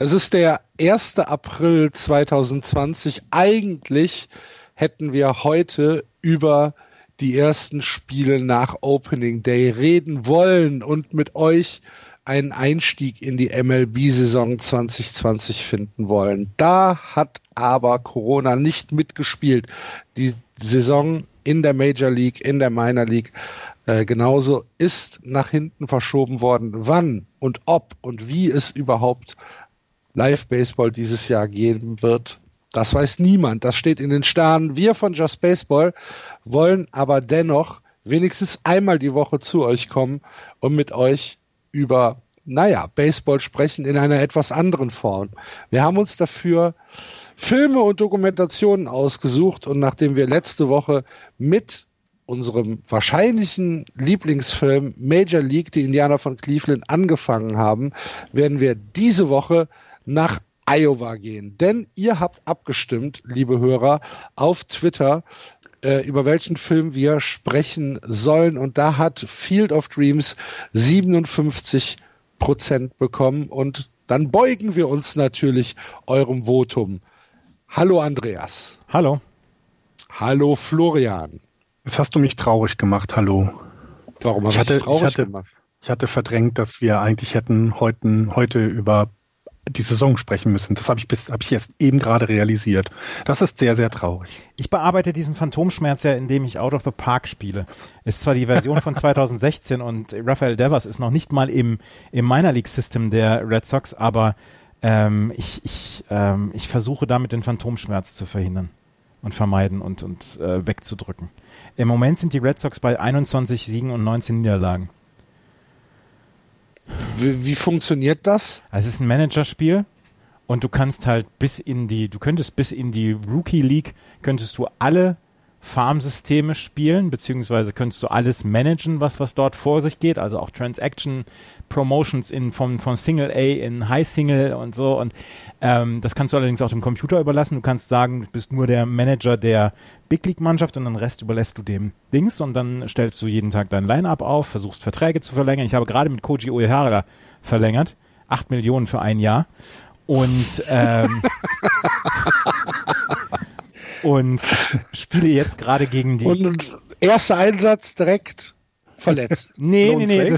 Es ist der 1. April 2020. Eigentlich hätten wir heute über die ersten Spiele nach Opening Day reden wollen und mit euch einen Einstieg in die MLB-Saison 2020 finden wollen. Da hat aber Corona nicht mitgespielt. Die Saison in der Major League, in der Minor League genauso ist nach hinten verschoben worden. Wann und ob und wie es überhaupt Live-Baseball dieses Jahr geben wird, das weiß niemand. Das steht in den Sternen. Wir von Just Baseball wollen aber dennoch wenigstens einmal die Woche zu euch kommen und mit euch über, Baseball sprechen in einer etwas anderen Form. Wir haben uns dafür Filme und Dokumentationen ausgesucht und nachdem wir letzte Woche mit unserem wahrscheinlichen Lieblingsfilm Major League, die Indianer von Cleveland, angefangen haben, werden wir diese Woche nach Iowa gehen. Denn ihr habt abgestimmt, liebe Hörer, auf Twitter, über welchen Film wir sprechen sollen. Und da hat Field of Dreams 57% bekommen. Und dann beugen wir uns natürlich eurem Votum. Hallo Andreas. Hallo. Hallo Florian. Jetzt hast du mich traurig gemacht, hallo. Warum hast du mich traurig gemacht? Ich hatte verdrängt, dass wir eigentlich hätten heute über die Saison sprechen müssen. Das habe ich erst eben gerade realisiert. Das ist sehr, sehr traurig. Ich bearbeite diesen Phantomschmerz ja, indem ich Out of the Park spiele. Ist zwar die Version von 2016 und Rafael Devers ist noch nicht mal im Minor League System der Red Sox, aber ich versuche damit den Phantomschmerz zu verhindern und vermeiden und wegzudrücken. Im Moment sind die Red Sox bei 21 Siegen und 19 Niederlagen. Wie funktioniert das? Also es ist ein Managerspiel und du kannst halt bis in die Rookie League könntest du alle Farmsysteme spielen, beziehungsweise könntest du alles managen, was dort vor sich geht, also auch Transaction Promotions von Single A in High Single und so, und das kannst du allerdings auch dem Computer überlassen. Du kannst sagen, du bist nur der Manager der Big League Mannschaft und den Rest überlässt du dem Dings und dann stellst du jeden Tag dein Line-Up auf, versuchst Verträge zu verlängern. Ich habe gerade mit Koji Uehara verlängert, 8 Millionen für ein Jahr und und spiele jetzt gerade gegen die... Und erster Einsatz direkt verletzt. Nee,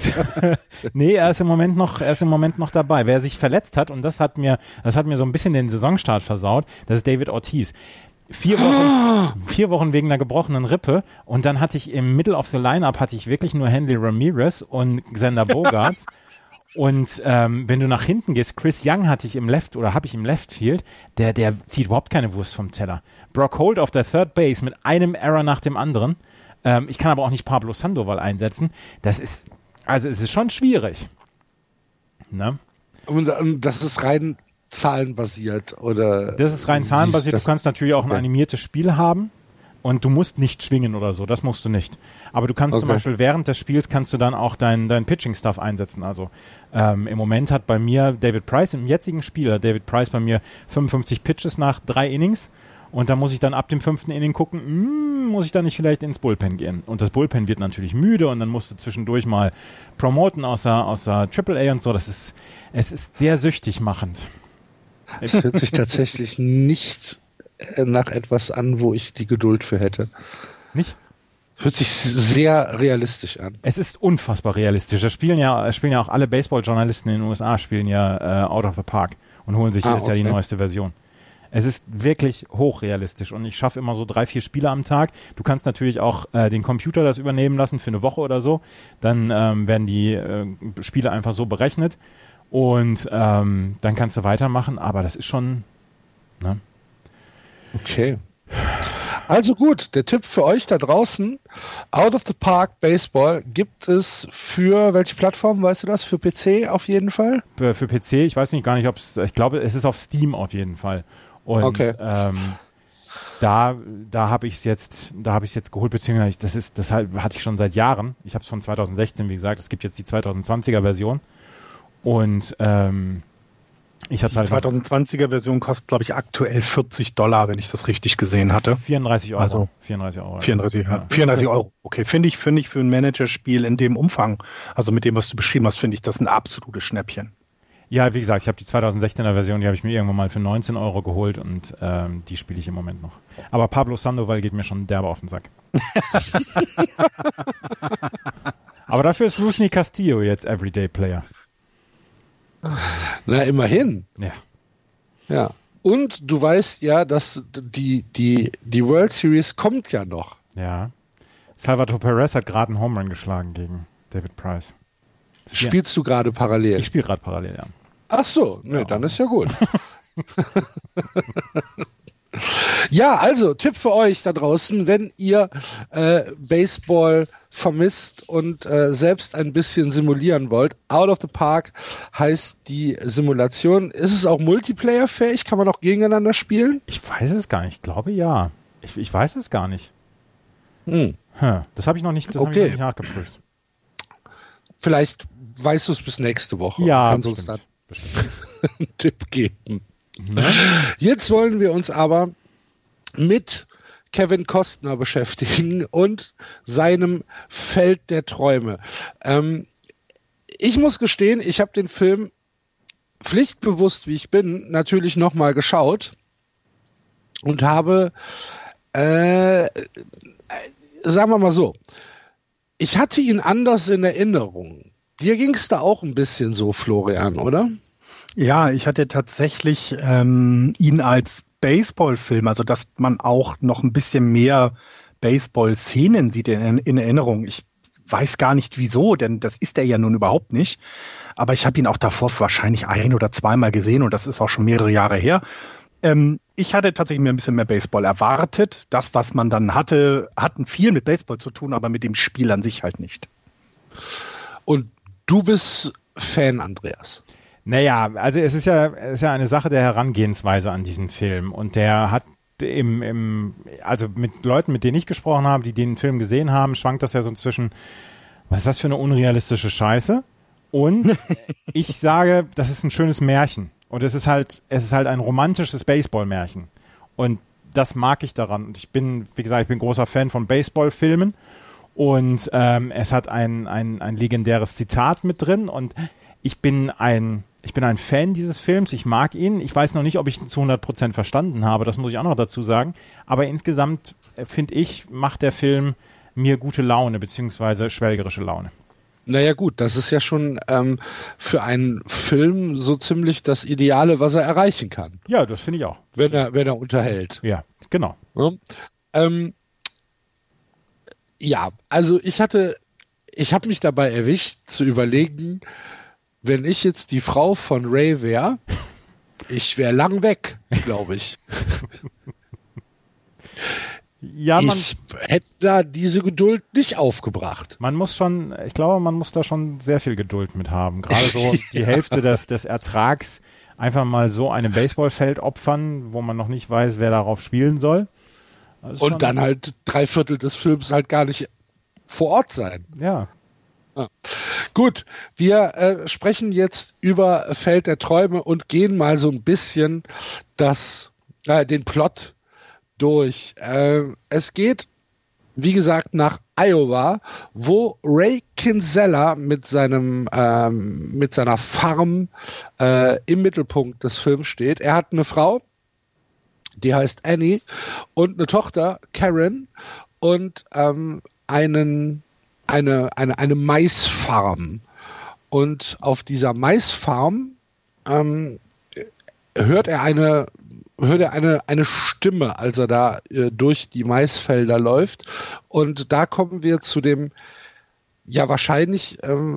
er ist im Moment noch dabei. Wer sich verletzt hat, und das hat mir so ein bisschen den Saisonstart versaut, das ist David Ortiz. 4 Wochen wegen einer gebrochenen Rippe und dann hatte ich im Middle of the Lineup wirklich nur Hanley Ramirez und Xander Bogaerts. Und wenn du nach hinten gehst, Chris Young habe ich im Left Field, der zieht überhaupt keine Wurst vom Teller. Brock Holt auf der Third Base mit einem Error nach dem anderen. Ich kann aber auch nicht Pablo Sandoval einsetzen. Es ist schon schwierig. Ne? Und das ist rein zahlenbasiert, oder? Das ist rein zahlenbasiert. Du kannst natürlich auch ein animiertes Spiel haben. Und du musst nicht schwingen oder so, das musst du nicht. Aber du kannst zum Beispiel während des Spiels kannst du dann auch dein Pitching-Stuff einsetzen. Also im Moment hat bei mir im jetzigen Spiel hat David Price bei mir 55 Pitches nach 3 Innings. Und da muss ich dann ab dem 5. Inning gucken, muss ich dann nicht vielleicht ins Bullpen gehen. Und das Bullpen wird natürlich müde und dann musst du zwischendurch mal promoten außer AAA und so. Es ist sehr süchtig machend. Es hört sich tatsächlich nicht nach etwas an, wo ich die Geduld für hätte. Nicht? Hört sich sehr realistisch an. Es ist unfassbar realistisch. Da spielen ja auch alle Baseball-Journalisten in den USA spielen ja Out of the Park und holen sich jedes Jahr die neueste Version. Es ist wirklich hochrealistisch und ich schaffe immer so 3-4 Spiele am Tag. Du kannst natürlich auch den Computer das übernehmen lassen für eine Woche oder so. Dann werden die Spiele einfach so berechnet und dann kannst du weitermachen, aber das ist schon... Ne? Okay. Also gut, der Tipp für euch da draußen, Out of the Park Baseball gibt es für welche Plattform, weißt du das? Für PC auf jeden Fall? Für PC, ich weiß nicht gar nicht, ich glaube, es ist auf Steam auf jeden Fall. Und okay. Da habe ich es jetzt geholt, beziehungsweise das hatte ich schon seit Jahren. Ich habe es von 2016, wie gesagt, es gibt jetzt die 2020er Version und die 2020er Version kostet, glaube ich, aktuell $40, wenn ich das richtig gesehen hatte. 34 Euro. Also 34 Euro. 34 Euro. Okay, finde ich für ein Managerspiel in dem Umfang, also mit dem, was du beschrieben hast, finde ich das ein absolutes Schnäppchen. Ja, wie gesagt, ich habe die 2016er Version, die habe ich mir irgendwann mal für 19 € geholt und die spiele ich im Moment noch. Aber Pablo Sandoval geht mir schon derbe auf den Sack. Aber dafür ist Lucy Castillo jetzt Everyday Player. Na, immerhin. Ja. Ja. Und du weißt ja, dass die World Series kommt ja noch. Ja. Salvatore Perez hat gerade einen Home Run geschlagen gegen David Price. Spielst du gerade parallel? Ich spiele gerade parallel, ja. Ach so, ne, dann ist ja gut. Ja, also Tipp für euch da draußen, wenn ihr Baseball vermisst und selbst ein bisschen simulieren wollt. Out of the Park heißt die Simulation. Ist es auch multiplayer-fähig? Kann man auch gegeneinander spielen? Ich weiß es gar nicht. Ich glaube ja. Ich weiß es gar nicht. Das habe ich noch nicht nachgeprüft. Vielleicht weißt du es bis nächste Woche. Ja, kannst uns dann einen Tipp geben. Ne? Jetzt wollen wir uns aber mit Kevin Costner beschäftigen und seinem Feld der Träume. Ich muss gestehen, ich habe den Film pflichtbewusst, wie ich bin, natürlich nochmal geschaut und habe, sagen wir mal so, ich hatte ihn anders in Erinnerung. Dir ging es da auch ein bisschen so, Florian, oder? Ja, ich hatte tatsächlich ihn als Baseball-Film, also dass man auch noch ein bisschen mehr Baseball-Szenen sieht in Erinnerung. Ich weiß gar nicht wieso, denn das ist er ja nun überhaupt nicht. Aber ich habe ihn auch davor wahrscheinlich 1- oder zweimal gesehen und das ist auch schon mehrere Jahre her. Ich hatte tatsächlich mir ein bisschen mehr Baseball erwartet. Das, was man dann hatte, hatten viel mit Baseball zu tun, aber mit dem Spiel an sich halt nicht. Und du bist Fan, Andreas? Naja, also es ist ja eine Sache der Herangehensweise an diesen Film. Und der hat also mit Leuten, mit denen ich gesprochen habe, die den Film gesehen haben, schwankt das ja so zwischen, was ist das für eine unrealistische Scheiße? Und ich sage, das ist ein schönes Märchen. Und es ist halt ein romantisches Baseball-Märchen. Und das mag ich daran. Und ich bin großer Fan von Baseball-Filmen. Und es hat ein legendäres Zitat mit drin. Und ich bin ein Fan dieses Films. Ich mag ihn. Ich weiß noch nicht, ob ich ihn zu 100% verstanden habe. Das muss ich auch noch dazu sagen. Aber insgesamt, finde ich, macht der Film mir gute Laune, beziehungsweise schwelgerische Laune. Naja gut, das ist ja schon für einen Film so ziemlich das Ideale, was er erreichen kann. Ja, das finde ich auch. Wenn er unterhält. Ja, genau. Ja, also ich habe mich dabei erwischt zu überlegen, wenn ich jetzt die Frau von Ray wäre, ich wäre lang weg, glaube ich. Ja, ich hätte da diese Geduld nicht aufgebracht. Ich glaube, man muss da schon sehr viel Geduld mit haben. Gerade so die Hälfte des Ertrags einfach mal so einem Baseballfeld opfern, wo man noch nicht weiß, wer darauf spielen soll. Und dann halt 3/4 des Films halt gar nicht vor Ort sein. Ja. Gut, wir sprechen jetzt über Feld der Träume und gehen mal so ein bisschen den Plot durch. Es geht, wie gesagt, nach Iowa, wo Ray Kinsella mit seiner Farm im Mittelpunkt des Films steht. Er hat eine Frau, die heißt Annie, und eine Tochter, Karen, und eine Maisfarm. Und auf dieser Maisfarm hört er eine Stimme, als er da durch die Maisfelder läuft. Und da kommen wir zu dem ja wahrscheinlich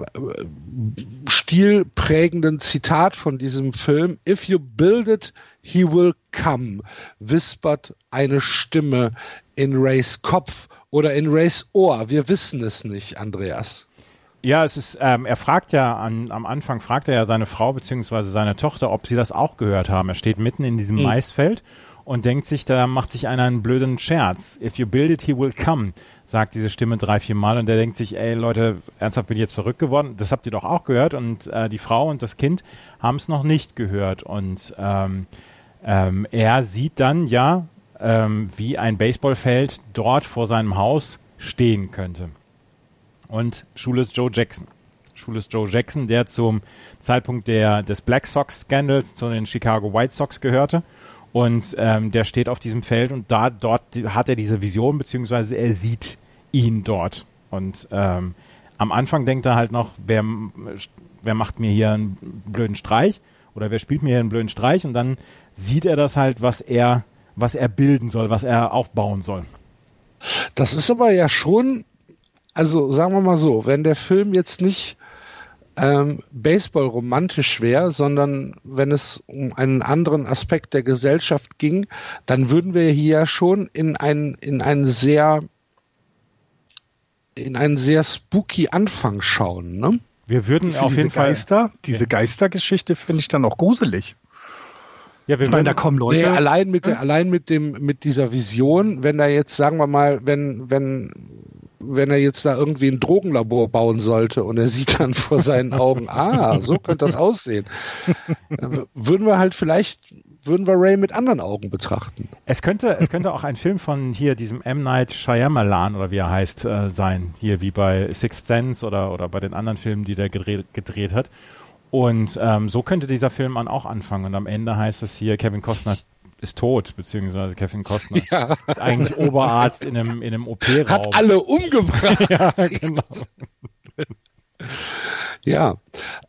stilprägenden Zitat von diesem Film. If you build it, he will come, wispert eine Stimme in Rays Kopf oder in Rays Ohr. Wir wissen es nicht, Andreas. Ja, es ist, er fragt ja am Anfang seine Frau bzw. seine Tochter, ob sie das auch gehört haben. Er steht mitten in diesem Maisfeld und denkt sich, da macht sich einer einen blöden Scherz. If you build it, he will come, sagt diese Stimme 3-4 Mal und er denkt sich, ey Leute, ernsthaft bin ich jetzt verrückt geworden? Das habt ihr doch auch gehört und die Frau und das Kind haben es noch nicht gehört und er sieht dann wie ein Baseballfeld dort vor seinem Haus stehen könnte. Und Schule ist Joe Jackson. Shoeless Joe Jackson, der zum Zeitpunkt des Black Sox-Skandals zu den Chicago White Sox gehörte. Und der steht auf diesem Feld und dort hat er diese Vision, beziehungsweise er sieht ihn dort. Und am Anfang denkt er halt noch, wer macht mir hier einen blöden Streich oder wer spielt mir hier einen blöden Streich? Und dann sieht er das halt, was er bilden soll, was er aufbauen soll. Das ist aber ja schon, also sagen wir mal so, wenn der Film jetzt nicht Baseball romantisch wäre, sondern wenn es um einen anderen Aspekt der Gesellschaft ging, dann würden wir hier ja schon in einen sehr spooky Anfang schauen, ne? Wir würden auf jeden Fall diese Geistergeschichte finde ich dann auch gruselig. Ja, ich meine, da kommen Leute. Nee, allein mit dieser Vision, wenn da jetzt, sagen wir mal, wenn er jetzt da irgendwie ein Drogenlabor bauen sollte und er sieht dann vor seinen Augen, so könnte das aussehen, würden wir Ray mit anderen Augen betrachten. Es könnte auch ein Film von hier diesem M. Night Shyamalan oder wie er heißt sein, hier wie bei Sixth Sense oder bei den anderen Filmen, die der gedreht hat. Und so könnte dieser Film auch anfangen. Und am Ende heißt es hier, Kevin Costner ist tot, beziehungsweise Kevin Costner ist eigentlich Oberarzt in einem OP-Raum. Hat alle umgebracht. Ja, genau. Ja.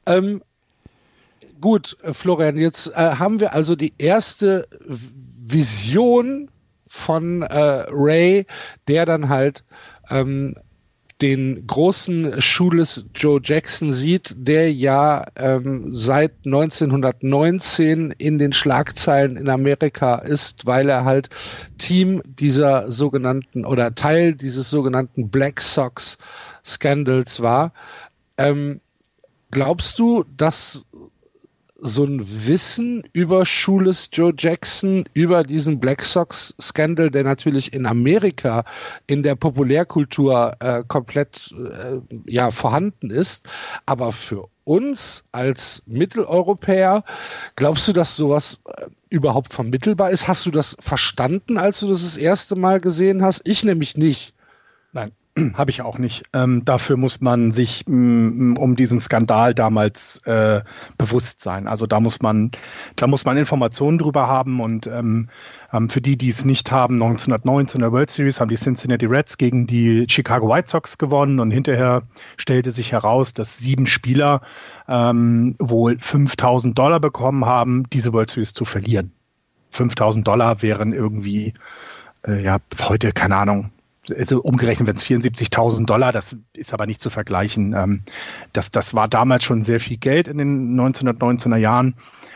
Gut, Florian, jetzt haben wir also die erste Vision von Ray, der dann halt den großen Shoeless Joe Jackson sieht, der ja seit 1919 in den Schlagzeilen in Amerika ist, weil er halt Team dieser sogenannten oder Teil dieses sogenannten Black Sox Scandals war. Glaubst du, dass so ein Wissen über Shoeless Joe Jackson, über diesen Black Sox-Skandal, der natürlich in Amerika in der Populärkultur komplett vorhanden ist, aber für uns als Mitteleuropäer, glaubst du, dass sowas überhaupt vermittelbar ist? Hast du das verstanden, als du das erste Mal gesehen hast? Ich nämlich nicht. Nein. Habe ich auch nicht. Dafür muss man sich um diesen Skandal damals bewusst sein. Also da muss man Informationen drüber haben und für die es nicht haben, 1919 in der World Series haben die Cincinnati Reds gegen die Chicago White Sox gewonnen und hinterher stellte sich heraus, dass 7 Spieler wohl $5.000 bekommen haben, diese World Series zu verlieren. $5.000 wären irgendwie, heute, keine Ahnung, also umgerechnet, wenn es $74.000, das ist aber nicht zu vergleichen. Das war damals schon sehr viel Geld in den 1919er Jahren.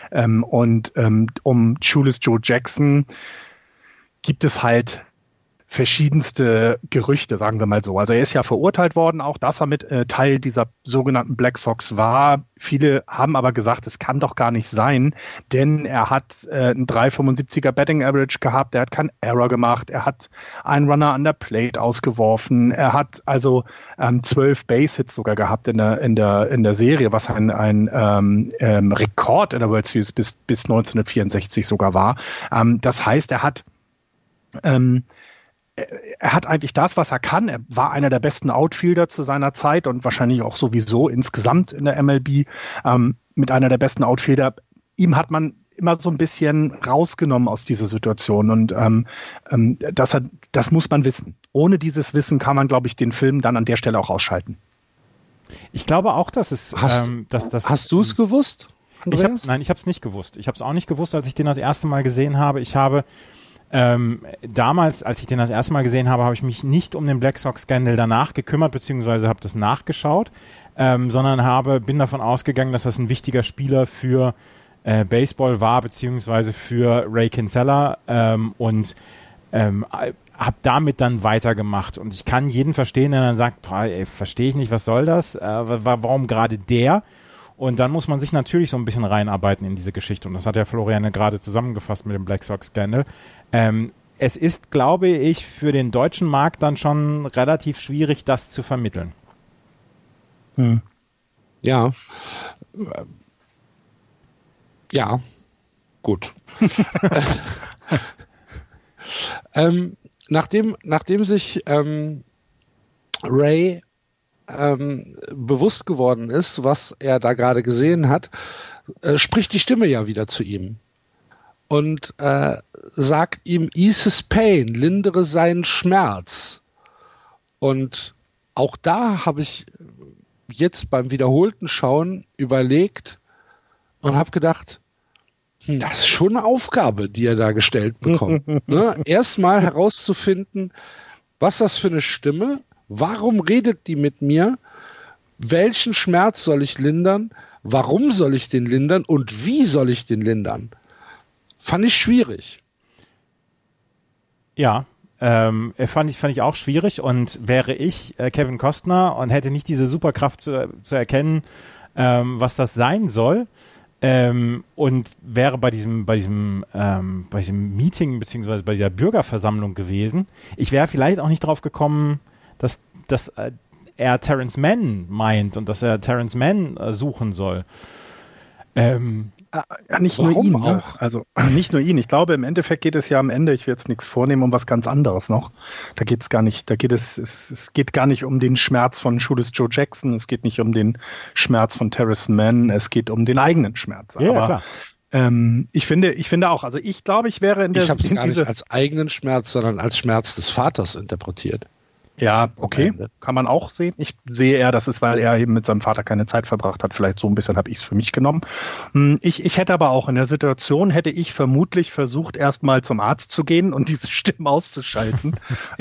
Um Shoeless Joe Jackson gibt es halt verschiedenste Gerüchte, sagen wir mal so. Also er ist ja verurteilt worden, auch dass er mit Teil dieser sogenannten Black Sox war. Viele haben aber gesagt, es kann doch gar nicht sein, denn er hat einen 3,75er Batting Average gehabt, er hat keinen Error gemacht, er hat einen Runner an der Plate ausgeworfen, er hat also 12 Base-Hits sogar gehabt in der Serie, was ein Rekord in der World Series bis 1964 sogar war. Das heißt, er hat eigentlich das, was er kann. Er war einer der besten Outfielder zu seiner Zeit und wahrscheinlich auch sowieso insgesamt in der MLB mit einer der besten Outfielder. Ihm hat man immer so ein bisschen rausgenommen aus dieser Situation und das muss man wissen. Ohne dieses Wissen kann man, glaube ich, den Film dann an der Stelle auch ausschalten. Ich glaube auch, dass es... Hast du es gewusst? Ich habe es nicht gewusst. Ich habe es auch nicht gewusst, als ich den das erste Mal gesehen habe. Ich habe damals, als ich den das erste Mal gesehen habe, habe ich mich nicht um den Black Sox-Skandal danach gekümmert, beziehungsweise habe das nachgeschaut, sondern bin davon ausgegangen, dass das ein wichtiger Spieler für Baseball war, beziehungsweise für Ray Kinsella und habe damit dann weitergemacht. Und ich kann jeden verstehen, der dann sagt, verstehe ich nicht, was soll das? Warum gerade der? Und dann muss man sich natürlich so ein bisschen reinarbeiten in diese Geschichte. Und das hat ja Florian gerade zusammengefasst mit dem Black Sox-Scandal. Es ist, glaube ich, für den deutschen Markt dann schon relativ schwierig, das zu vermitteln. Ja. Ja, gut. Nachdem sich Ray bewusst geworden ist, was er da gerade gesehen hat, spricht die Stimme ja wieder zu ihm und sagt ihm, ease his pain, lindere seinen Schmerz. Und auch da habe ich jetzt beim wiederholten Schauen überlegt und habe gedacht, das ist schon eine Aufgabe, die er da gestellt bekommt. Ne? Erstmal herauszufinden, was das für eine Stimme, warum redet die mit mir, welchen Schmerz soll ich lindern, warum soll ich den lindern und wie soll ich den lindern? Fand ich schwierig. Ja, fand ich auch schwierig, und wäre ich Kevin Costner und hätte nicht diese Superkraft zu erkennen, was das sein soll, und wäre bei diesem Meeting beziehungsweise bei dieser Bürgerversammlung gewesen, ich wäre vielleicht auch nicht drauf gekommen, dass er Terrence Mann meint und dass er Terrence Mann suchen soll. Nicht nur ihn, ne? Also nicht nur ihn. Ich glaube, im Endeffekt geht es ja am Ende, ich will jetzt nichts vornehmen, um was ganz anderes noch. Da geht es gar nicht, es geht gar nicht um den Schmerz von Shoeless Joe Jackson, es geht nicht um den Schmerz von Terrence Mann, es geht um den eigenen Schmerz. Ja, aber klar. Ich finde auch, also ich glaube, ich wäre in der... Ich habe es gar nicht als eigenen Schmerz, sondern als Schmerz des Vaters interpretiert. Ja, okay, kann man auch sehen. Ich sehe eher, das ist, weil er eben mit seinem Vater keine Zeit verbracht hat. Vielleicht so ein bisschen habe ich es für mich genommen. Ich hätte aber auch in der Situation, hätte ich vermutlich versucht, erstmal zum Arzt zu gehen und diese Stimmen auszuschalten.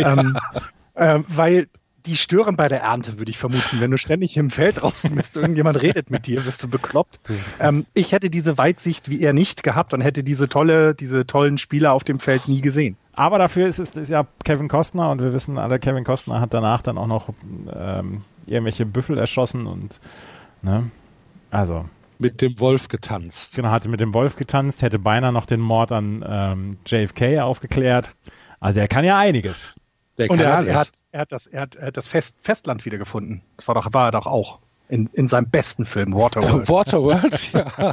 Weil die stören bei der Ernte, würde ich vermuten. Wenn du ständig im Feld draußen bist, irgendjemand redet mit dir, wirst du bekloppt. Ich hätte diese Weitsicht wie er nicht gehabt und hätte diese tollen Spieler auf dem Feld nie gesehen. Aber dafür ist ja Kevin Costner, und wir wissen alle, Kevin Costner hat danach dann auch noch irgendwelche Büffel erschossen und also mit dem Wolf getanzt. Genau, hatte mit dem Wolf getanzt, hätte beinahe noch den Mord an JFK aufgeklärt. Also er kann ja einiges. Und er hat das Festland wiedergefunden. Das war er doch auch in seinem besten Film, Waterworld. Waterworld, ja.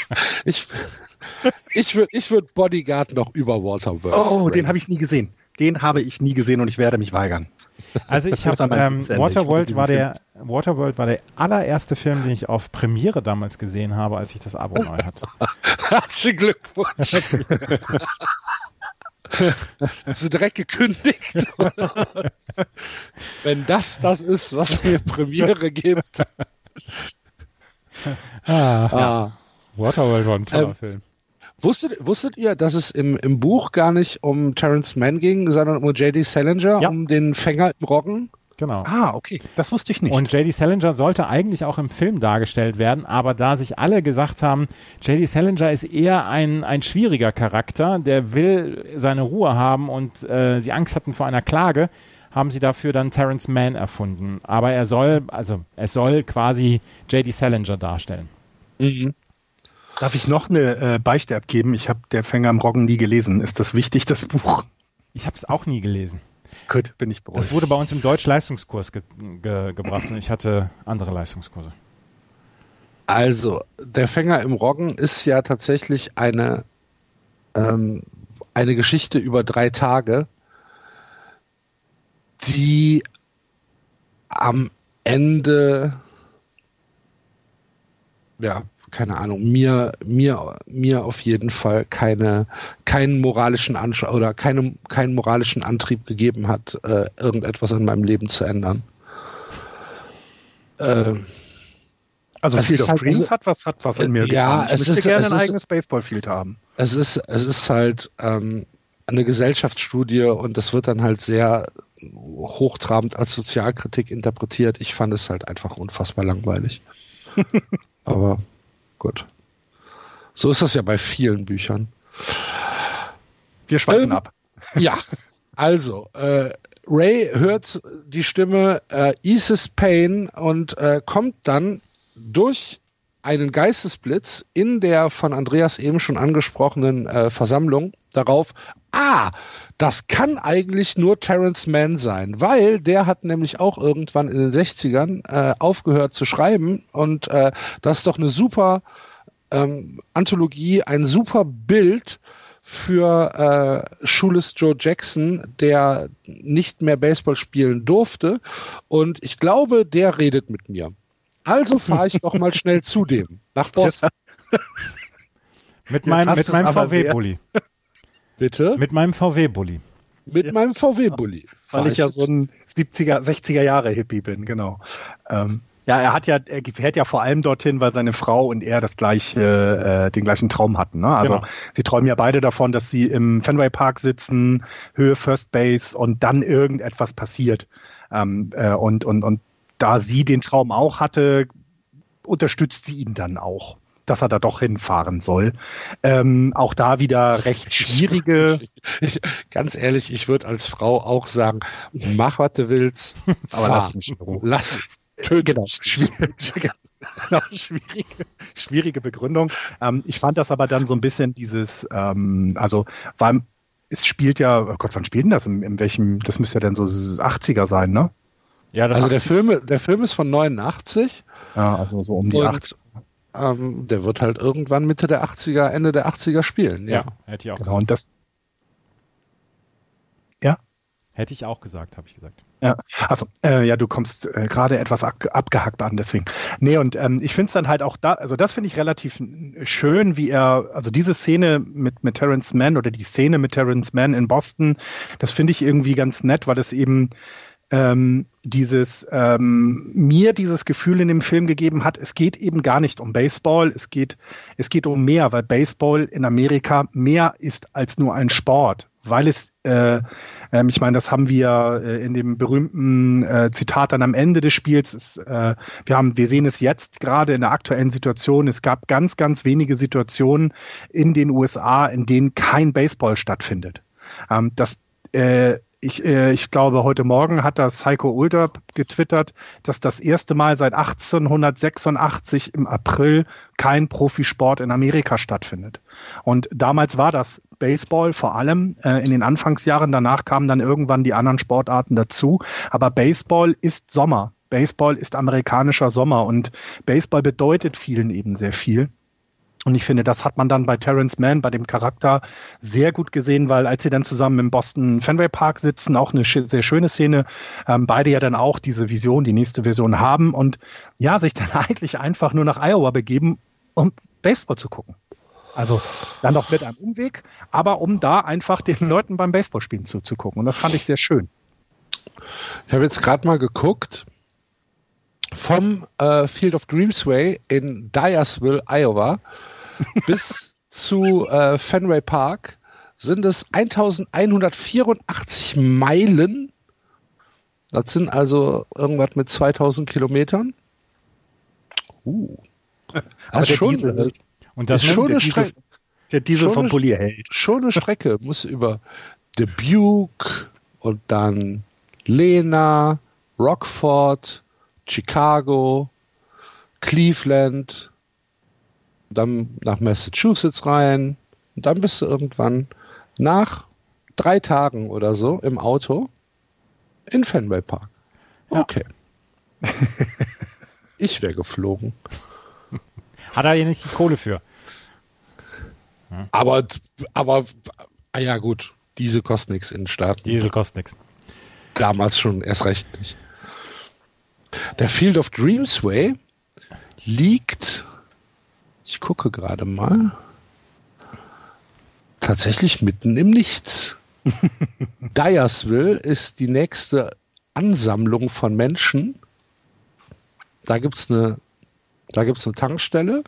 Ich würd Bodyguard noch über Waterworld. Oh, den habe ich nie gesehen. Und ich werde mich weigern. Also ich habe Waterworld war der allererste Film, den ich auf Premiere damals gesehen habe, als ich das Abo neu hatte. Herzlichen Glückwunsch. Hast du direkt gekündigt? Wenn das ist, was mir Premiere gibt. Waterworld war ein toller Film. Wusstet ihr, dass es im Buch gar nicht um Terrence Mann ging, sondern um J.D. Salinger, um den Fänger im Roggen? Genau. Okay, das wusste ich nicht. Und J.D. Salinger sollte eigentlich auch im Film dargestellt werden, aber da sich alle gesagt haben, J.D. Salinger ist eher ein schwieriger Charakter, der will seine Ruhe haben, und sie Angst hatten vor einer Klage, haben sie dafür dann Terrence Mann erfunden. Aber es soll quasi J.D. Salinger darstellen. Mhm. Darf ich noch eine Beichte abgeben? Ich habe Der Fänger im Roggen nie gelesen. Ist das wichtig, das Buch? Ich habe es auch nie gelesen. Gut, bin ich beruhigt. Das wurde bei uns im Deutsch-Leistungskurs gebracht, und ich hatte andere Leistungskurse. Also, Der Fänger im Roggen ist ja tatsächlich eine Geschichte über 3 Tage, die am Ende, keine Ahnung, mir auf jeden Fall keinen moralischen keinen moralischen Antrieb gegeben hat, irgendetwas in meinem Leben zu ändern. Also Field of Dreams hat was in mir getan. Ich möchte gerne ein eigenes Baseballfield haben. Es ist halt eine Gesellschaftsstudie, und das wird dann halt sehr hochtrabend als Sozialkritik interpretiert. Ich fand es halt einfach unfassbar langweilig. Aber gut. So ist das ja bei vielen Büchern. Wir schweifen ab. Ja, also Ray hört die Stimme Ease his Pain und kommt dann durch einen Geistesblitz in der von Andreas eben schon angesprochenen Versammlung darauf, das kann eigentlich nur Terrence Mann sein, weil der hat nämlich auch irgendwann in den 60ern aufgehört zu schreiben, und das ist doch eine super Anthologie, ein super Bild für Shoeless Joe Jackson, der nicht mehr Baseball spielen durfte. Und ich glaube, der redet mit mir. Also fahre ich doch mal schnell zu dem, nach Boston. Mit meinem VW-Bulli. Bitte? Mit meinem VW-Bulli. Mit meinem VW-Bulli. Weil ich ja so ein 70er, 60er Jahre Hippie bin, genau. Er fährt ja vor allem dorthin, weil seine Frau und er den gleichen Traum hatten. Ne? Also Sie träumen ja beide davon, dass sie im Fenway Park sitzen, Höhe First Base und dann irgendetwas passiert. Und da sie den Traum auch hatte, unterstützt sie ihn dann auch, dass er da doch hinfahren soll. Auch da wieder recht schwierige... Ganz ehrlich, ich würde als Frau auch sagen, mach, was du willst, aber lass mich in Ruhe. Genau, schwierige Begründung. Ich fand das aber dann so ein bisschen es spielt ja, oh Gott, wann spielt denn das? In welchem, das müsste ja dann so 80er sein, ne? Ja, also der Film ist von 89. Ja, also so um die 80. Der wird halt irgendwann Mitte der 80er, Ende der 80er spielen. Ja, hätte ich auch gesagt. Und das, ja? Hätte ich auch gesagt, habe ich gesagt. Ja, also du kommst gerade etwas abgehackt an, deswegen. Nee, und ich finde es dann halt auch das finde ich relativ schön, wie also diese Szene mit Terrence Mann oder die Szene mit Terrence Mann in Boston, das finde ich irgendwie ganz nett, weil es eben mir dieses Gefühl in dem Film gegeben hat, es geht eben gar nicht um Baseball, es geht um mehr, weil Baseball in Amerika mehr ist als nur ein Sport, weil es ich meine, das haben wir in dem berühmten Zitat dann am Ende des Spiels. Wir sehen es jetzt gerade in der aktuellen Situation. Es gab ganz, ganz wenige Situationen in den USA, in denen kein Baseball stattfindet. Ich glaube, heute Morgen hat das Heiko Ulder getwittert, dass das erste Mal seit 1886 im April kein Profisport in Amerika stattfindet. Und damals war das Baseball vor allem in den Anfangsjahren. Danach kamen dann irgendwann die anderen Sportarten dazu. Aber Baseball ist Sommer. Baseball ist amerikanischer Sommer. Und Baseball bedeutet vielen eben sehr viel. Und ich finde, das hat man dann bei Terrence Mann, bei dem Charakter, sehr gut gesehen, weil als sie dann zusammen im Boston Fenway Park sitzen, auch eine sehr schöne Szene, beide ja dann auch diese die nächste Version haben und ja, sich dann eigentlich einfach nur nach Iowa begeben, um Baseball zu gucken. Also dann noch mit einem Umweg, aber um da einfach den Leuten beim Baseballspielen zuzugucken. Und das fand ich sehr schön. Ich habe jetzt gerade mal geguckt, vom Field of Dreamsway in Dyersville, Iowa, bis zu Fenway Park sind es 1184 Meilen. Das sind also irgendwas mit 2000 Kilometern. Aber der Diesel hält. Und das ist schon eine Strecke. Der Diesel vom Bulli hält. Schon eine Strecke. Muss über Dubuque und dann Lena, Rockford, Chicago, Cleveland, dann nach Massachusetts rein und dann bist du irgendwann nach 3 Tagen oder so im Auto in Fenway Park. Okay. Ja. Ich wäre geflogen. Hat er hier nicht die Kohle für. Aber ja gut, Diesel kostet nichts in den Staaten. Diesel kostet nichts. Damals schon erst recht nicht. Der Field of Dreamsway liegt, ich gucke gerade mal, tatsächlich mitten im Nichts. Dyersville ist die nächste Ansammlung von Menschen. Da gibt's eine Tankstelle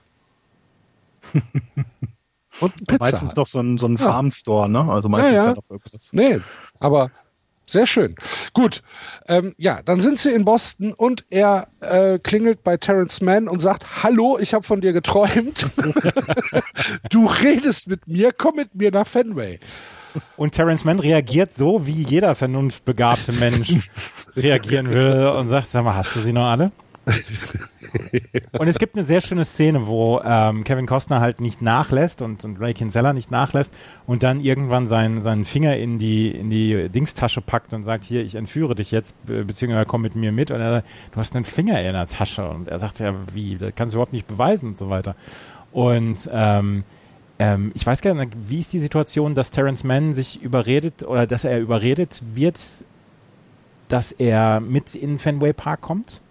und ein Pizza. Meistens doch so ein Farmstore, ne? Also meistens ja doch irgendwas. Nee, aber sehr schön. Gut, dann sind sie in Boston und er klingelt bei Terrence Mann und sagt, hallo, ich habe von dir geträumt. Du redest mit mir, komm mit mir nach Fenway. Und Terrence Mann reagiert so, wie jeder vernunftbegabte Mensch reagieren würde und sagt, sag mal, hast du sie noch alle? Und es gibt eine sehr schöne Szene, wo Kevin Costner halt nicht nachlässt und Ray Kinsella nicht nachlässt und dann irgendwann seinen Finger in die Dingstasche packt und sagt, hier, ich entführe dich jetzt, beziehungsweise komm mit mir mit. Und er sagt, du hast einen Finger in der Tasche. Und er sagt, ja, wie, das kannst du überhaupt nicht beweisen und so weiter. Und Ich weiß gar nicht, wie ist die Situation, dass Terrence Mann sich überredet oder dass er überredet wird, dass er mit in Fenway Park kommt?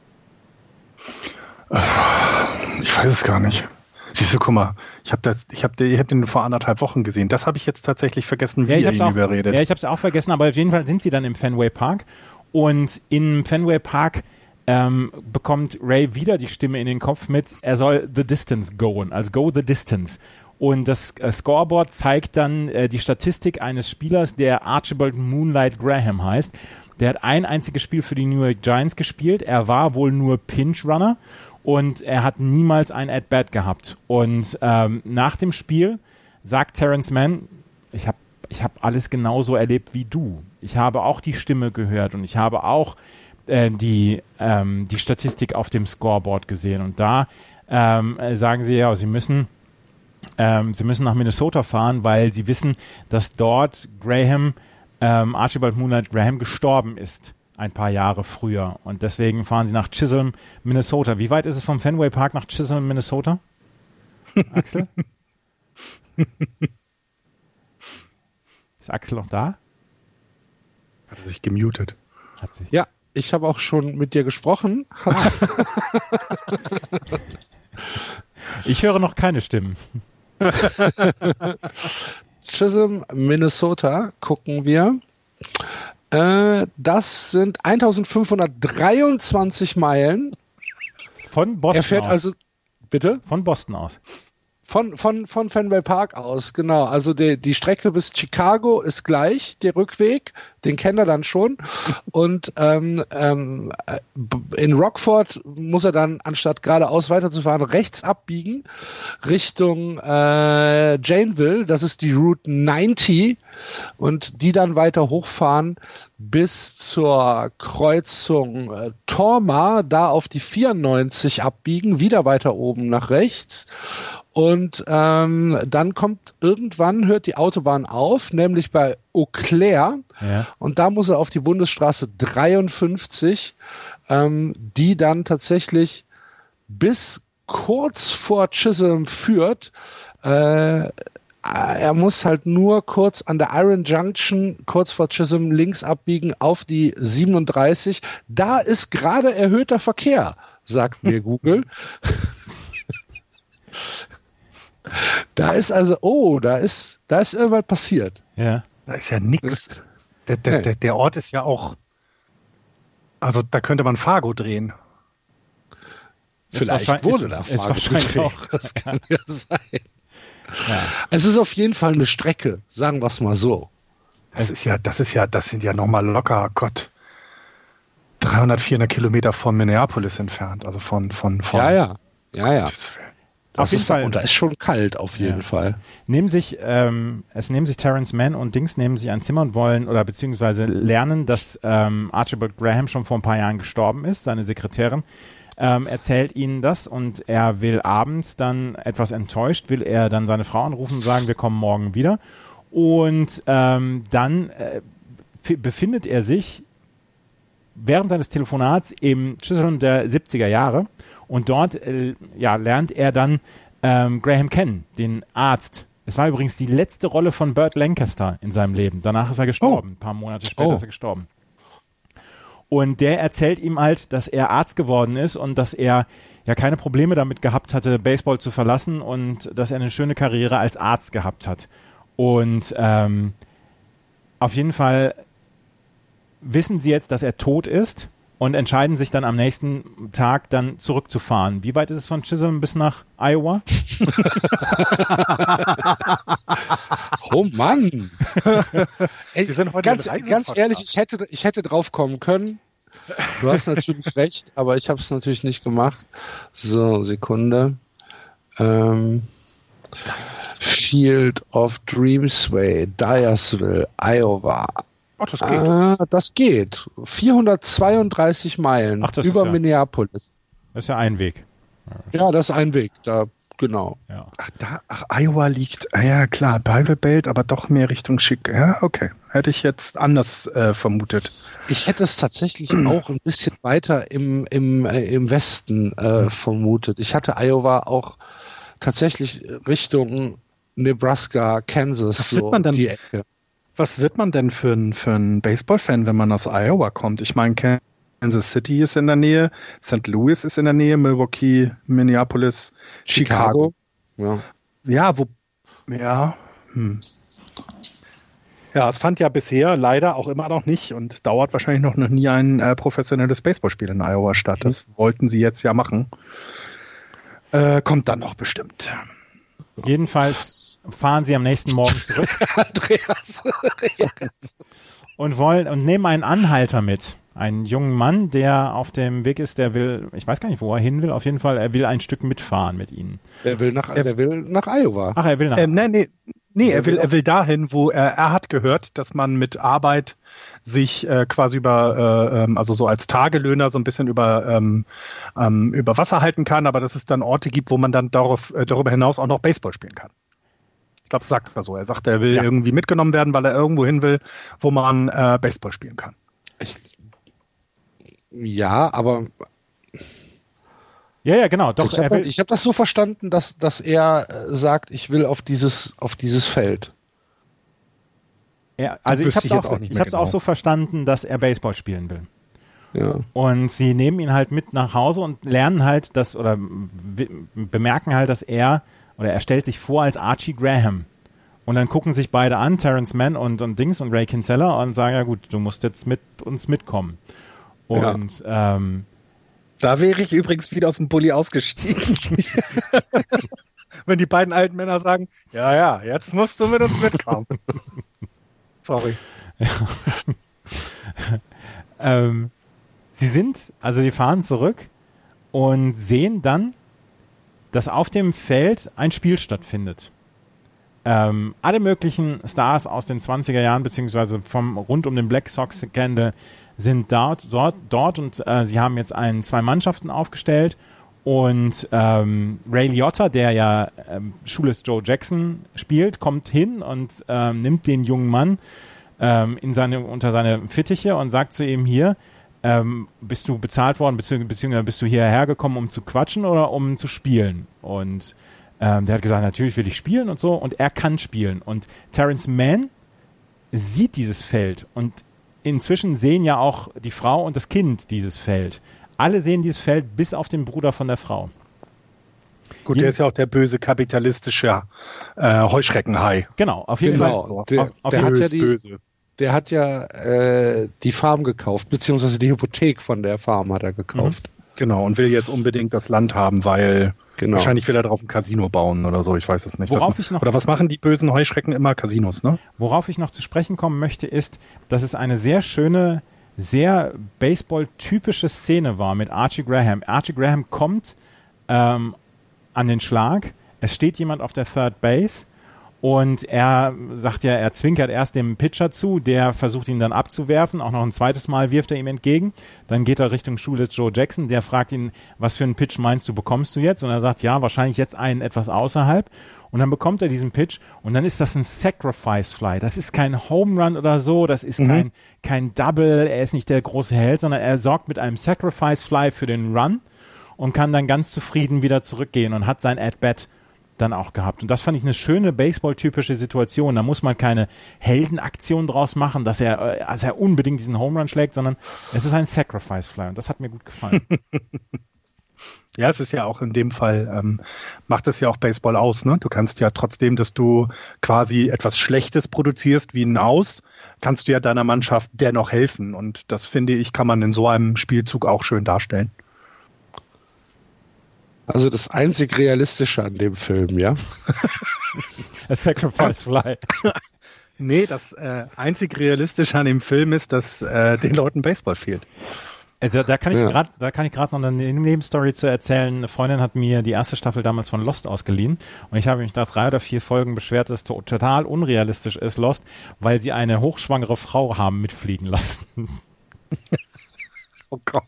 Ich weiß es gar nicht. Siehst du, guck mal, ich hab den vor 1,5 Wochen gesehen. Das habe ich jetzt tatsächlich vergessen, wie er ihn überredet. Ja, ich habe es auch vergessen, aber auf jeden Fall sind sie dann im Fenway Park. Und im Fenway Park bekommt Ray wieder die Stimme in den Kopf mit, er soll the distance goen, also go the distance. Und das Scoreboard zeigt dann die Statistik eines Spielers, der Archibald Moonlight Graham heißt. Der hat ein einziges Spiel für die New York Giants gespielt. Er war wohl nur Pinch Runner und er hat niemals ein At-Bat gehabt. Und nach dem Spiel sagt Terrence Mann, ich hab alles genauso erlebt wie du. Ich habe auch die Stimme gehört und ich habe auch die Statistik auf dem Scoreboard gesehen. Und da sagen sie, ja, sie müssen nach Minnesota fahren, weil sie wissen, dass dort Archibald Moonlight Graham gestorben ist, ein paar Jahre früher. Und deswegen fahren sie nach Chisholm, Minnesota. Wie weit ist es vom Fenway Park nach Chisholm, Minnesota? Axel? Ist Axel noch da? Hat er sich gemutet? Hat sich. Ja, ich habe auch schon mit dir gesprochen. Ich höre noch keine Stimmen. Chisholm, Minnesota, gucken wir. Das sind 1523 Meilen. Von Boston aus. Er fährt also, bitte? Von Boston aus. Von Fenway Park aus, genau. Also die Strecke bis Chicago ist gleich, der Rückweg, den kennt er dann schon. Und in Rockford muss er dann, anstatt geradeaus weiterzufahren, rechts abbiegen Richtung Janeville, das ist die Route 90, und die dann weiter hochfahren bis zur Kreuzung Torma, da auf die 94 abbiegen, wieder weiter oben nach rechts. Und dann hört die Autobahn auf, nämlich bei Eau Claire. Ja. Und da muss er auf die Bundesstraße 53, die dann tatsächlich bis kurz vor Chisholm führt. Er muss halt nur kurz an der Iron Junction, kurz vor Chisholm, links abbiegen auf die 37. Da ist gerade erhöhter Verkehr, sagt mir Google. Da ist also, da ist irgendwas passiert. Ja. Da ist ja nix. Der Ort ist ja auch, also da könnte man Fargo drehen. Vielleicht wurde da Fargo gedreht. Auch. Das kann ja sein. Ja. Es ist auf jeden Fall eine Strecke, sagen wir es mal so. Das sind ja nochmal locker, Gott, 300, 400 Kilometer von Minneapolis entfernt, also von. Ja. Auf jeden Fall. Und da ist schon kalt, auf jeden Fall. Nehmen sich Terrence Mann und Dings nehmen sich ein Zimmer und wollen, oder beziehungsweise lernen, dass Archibald Graham schon vor ein paar Jahren gestorben ist, seine Sekretärin, erzählt ihnen das, und er will abends dann, etwas enttäuscht, will er dann seine Frau anrufen und sagen, wir kommen morgen wieder. Und dann befindet er sich während seines Telefonats im Chisholm der 70er Jahre. Und dort lernt er dann Graham kennen, den Arzt. Es war übrigens die letzte Rolle von Burt Lancaster in seinem Leben. Danach ist er gestorben. Ein paar Monate später ist er gestorben. Und der erzählt ihm halt, dass er Arzt geworden ist und dass er ja keine Probleme damit gehabt hatte, Baseball zu verlassen, und dass er eine schöne Karriere als Arzt gehabt hat. Und auf jeden Fall wissen sie jetzt, dass er tot ist, und entscheiden sich dann am nächsten Tag dann zurückzufahren. Wie weit ist es von Chisholm bis nach Iowa? Oh Mann! Ganz ehrlich, ich hätte drauf kommen können. Du hast natürlich recht, aber ich habe es natürlich nicht gemacht. So, Sekunde. Field of Dreamsway, Dyersville, Iowa. Das geht. Das geht. 432 Meilen über Minneapolis. Das ist ja ein Weg. Ja, das ist ein Weg. Da, genau. Ja. Iowa liegt, ja klar, Bible Belt, aber doch mehr Richtung Schick. Ja, okay. Hätte ich jetzt anders vermutet. Ich hätte es tatsächlich auch ein bisschen weiter im Westen vermutet. Ich hatte Iowa auch tatsächlich Richtung Nebraska, Kansas, Was so wird man dann, die Ecke. Was wird man denn für ein Baseball-Fan, wenn man aus Iowa kommt? Ich meine, Kansas City ist in der Nähe, St. Louis ist in der Nähe, Milwaukee, Minneapolis, Chicago. Ja. Ja, Ja, es fand ja bisher leider auch immer noch nicht und dauert wahrscheinlich noch nie ein professionelles Baseballspiel in Iowa statt. Das wollten sie jetzt ja machen. Kommt dann noch bestimmt. Jedenfalls fahren sie am nächsten Morgen zurück. Andreas. und nehmen einen Anhalter mit. Einen jungen Mann, der auf dem Weg ist, der will, ich weiß gar nicht, wo er hin will, auf jeden Fall, er will ein Stück mitfahren mit ihnen. Er will nach Iowa. Ach, er will nach Nee, er will dahin, wo er hat gehört, dass man mit Arbeit sich quasi also so als Tagelöhner so ein bisschen über Wasser halten kann, aber dass es dann Orte gibt, wo man dann darüber hinaus auch noch Baseball spielen kann. Ich glaube, das sagt er so. Er sagt, er will irgendwie mitgenommen werden, weil er irgendwo hin will, wo man Baseball spielen kann. Ja, aber Ja, genau. Doch, ich hab das so verstanden, dass er sagt, ich will auf dieses Feld. Ja, also ich habe es auch so verstanden, dass er Baseball spielen will. Ja. Und sie nehmen ihn halt mit nach Hause und lernen halt bemerken halt, dass er stellt sich vor als Archie Graham. Und dann gucken sich beide an, Terrence Mann und Dings und Ray Kinsella, und sagen, ja gut, du musst jetzt mit uns mitkommen. Und da wäre ich übrigens wieder aus dem Bulli ausgestiegen. Wenn die beiden alten Männer sagen, ja, jetzt musst du mit uns mitkommen. Sorry. Sie fahren zurück und sehen dann, dass auf dem Feld ein Spiel stattfindet. Alle möglichen Stars aus den 20er Jahren, beziehungsweise rund um den Black Sox-Skandal, sind dort und sie haben jetzt zwei Mannschaften aufgestellt und Ray Liotta, der ja Shoeless Joe Jackson spielt, kommt hin und nimmt den jungen Mann unter seine Fittiche und sagt zu ihm, hier, bist du bezahlt worden, beziehungsweise bist du hierher gekommen, um zu quatschen oder um zu spielen? Und der hat gesagt, natürlich will ich spielen und so, und er kann spielen. Und Terrence Mann sieht dieses Feld und inzwischen sehen ja auch die Frau und das Kind dieses Feld. Alle sehen dieses Feld, bis auf den Bruder von der Frau. Gut, der ist ja auch der böse kapitalistische Heuschreckenhai. Genau, auf jeden Fall. Der hat ja die Farm gekauft, beziehungsweise die Hypothek von der Farm hat er gekauft. Genau, und will jetzt unbedingt das Land haben, weil wahrscheinlich will er drauf ein Casino bauen oder so, ich weiß es nicht. Oder was machen die bösen Heuschrecken immer? Casinos, ne? Worauf ich noch zu sprechen kommen möchte, ist, dass es eine sehr schöne, sehr Baseball-typische Szene war mit Archie Graham. Archie Graham kommt an den Schlag, es steht jemand auf der Third Base und er sagt ja, er zwinkert erst dem Pitcher zu, der versucht ihn dann abzuwerfen, auch noch ein zweites Mal wirft er ihm entgegen, dann geht er Richtung Shoeless Joe Jackson, der fragt ihn, was für einen Pitch meinst du, bekommst du jetzt? Und er sagt, ja, wahrscheinlich jetzt einen etwas außerhalb, und dann bekommt er diesen Pitch und dann ist das ein Sacrifice Fly, das ist kein Home Run oder so, das ist kein Double, er ist nicht der große Held, sondern er sorgt mit einem Sacrifice Fly für den Run und kann dann ganz zufrieden wieder zurückgehen und hat sein At-Bat dann auch gehabt. Und das fand ich eine schöne Baseball-typische Situation. Da muss man keine Heldenaktion draus machen, dass er unbedingt diesen Home Run schlägt, sondern es ist ein Sacrifice Fly und das hat mir gut gefallen. Ja, es ist ja auch in dem Fall, macht es ja auch Baseball aus, ne? Du kannst ja trotzdem, dass du quasi etwas Schlechtes produzierst wie ein Aus, kannst du ja deiner Mannschaft dennoch helfen. Und das, finde ich, kann man in so einem Spielzug auch schön darstellen. Also das einzig Realistische an dem Film, ja? A Sacrifice Fly. Nee, das einzig Realistische an dem Film ist, dass den Leuten Baseball fehlt. Da kann ich gerade noch eine Nebenstory zu erzählen. Eine Freundin hat mir die erste Staffel damals von Lost ausgeliehen und ich habe mich nach 3 oder 4 Folgen beschwert, dass es total unrealistisch ist, Lost, weil sie eine hochschwangere Frau haben mitfliegen lassen. Oh Gott.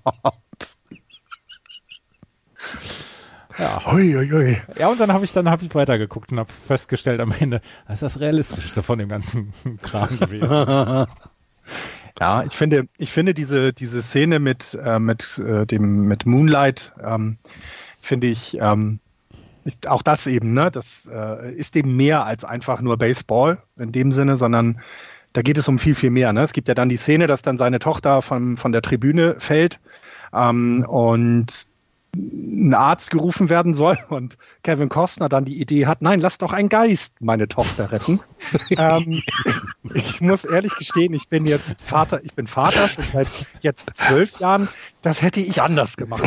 Ja. Ui, ui, ui. Ja, und dann habe ich weitergeguckt und habe festgestellt am Ende, das ist das Realistischste von dem ganzen Kram gewesen. Ja, ich finde diese Szene mit Moonlight, finde ich Auch das eben, ne? Das ist eben mehr als einfach nur Baseball in dem Sinne, sondern da geht es um viel, viel mehr. Ne? Es gibt ja dann die Szene, dass dann seine Tochter von der Tribüne fällt und ein Arzt gerufen werden soll und Kevin Costner dann die Idee hat, nein, lass doch ein Geist meine Tochter retten. Ich muss ehrlich gestehen, ich bin Vater schon seit jetzt 12 Jahren. Das hätte ich anders gemacht.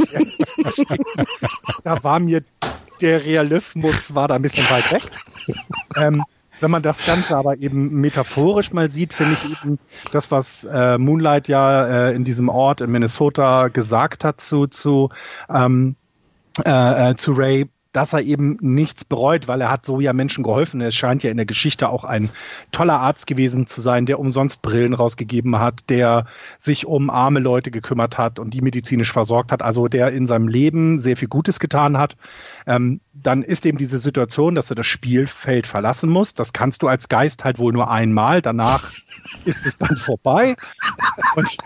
Da war mir der Realismus da ein bisschen weit weg. Wenn man das Ganze aber eben metaphorisch mal sieht, finde ich eben das, was Moonlight ja in diesem Ort in Minnesota gesagt hat zu Ray, dass er eben nichts bereut, weil er hat so ja Menschen geholfen. Er scheint ja in der Geschichte auch ein toller Arzt gewesen zu sein, der umsonst Brillen rausgegeben hat, der sich um arme Leute gekümmert hat und die medizinisch versorgt hat, also der in seinem Leben sehr viel Gutes getan hat. Dann ist eben diese Situation, dass er das Spielfeld verlassen muss. Das kannst du als Geist halt wohl nur einmal. Danach ist es dann vorbei. Und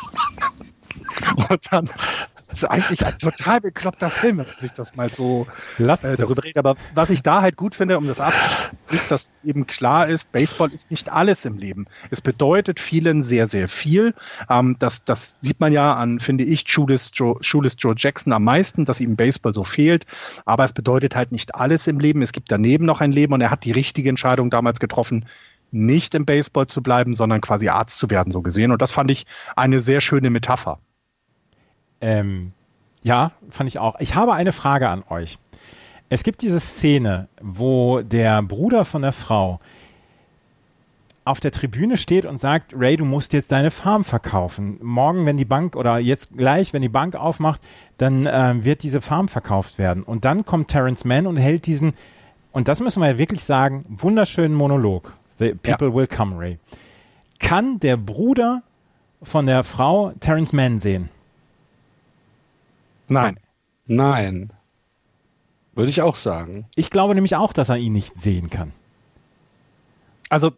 dann das ist eigentlich ein total bekloppter Film, wenn man sich das mal so darüber redet. Aber was ich da halt gut finde, um das abzuschließen, ist, dass eben klar ist, Baseball ist nicht alles im Leben. Es bedeutet vielen sehr, sehr viel. Das sieht man ja an, finde ich, Shoeless Joe Jackson am meisten, dass ihm Baseball so fehlt. Aber es bedeutet halt nicht alles im Leben. Es gibt daneben noch ein Leben und er hat die richtige Entscheidung damals getroffen, nicht im Baseball zu bleiben, sondern quasi Arzt zu werden, so gesehen. Und das fand ich eine sehr schöne Metapher. Ja, fand ich auch. Ich habe eine Frage an euch. Es gibt diese Szene, wo der Bruder von der Frau auf der Tribüne steht und sagt, Ray, du musst jetzt deine Farm verkaufen. Morgen, wenn die Bank oder jetzt gleich, wenn die Bank aufmacht, dann wird diese Farm verkauft werden. Und dann kommt Terrence Mann und hält diesen, und das müssen wir ja wirklich sagen, wunderschönen Monolog. The people will come, Ray. Kann der Bruder von der Frau Terrence Mann sehen? Nein. Würde ich auch sagen. Ich glaube nämlich auch, dass er ihn nicht sehen kann. Also,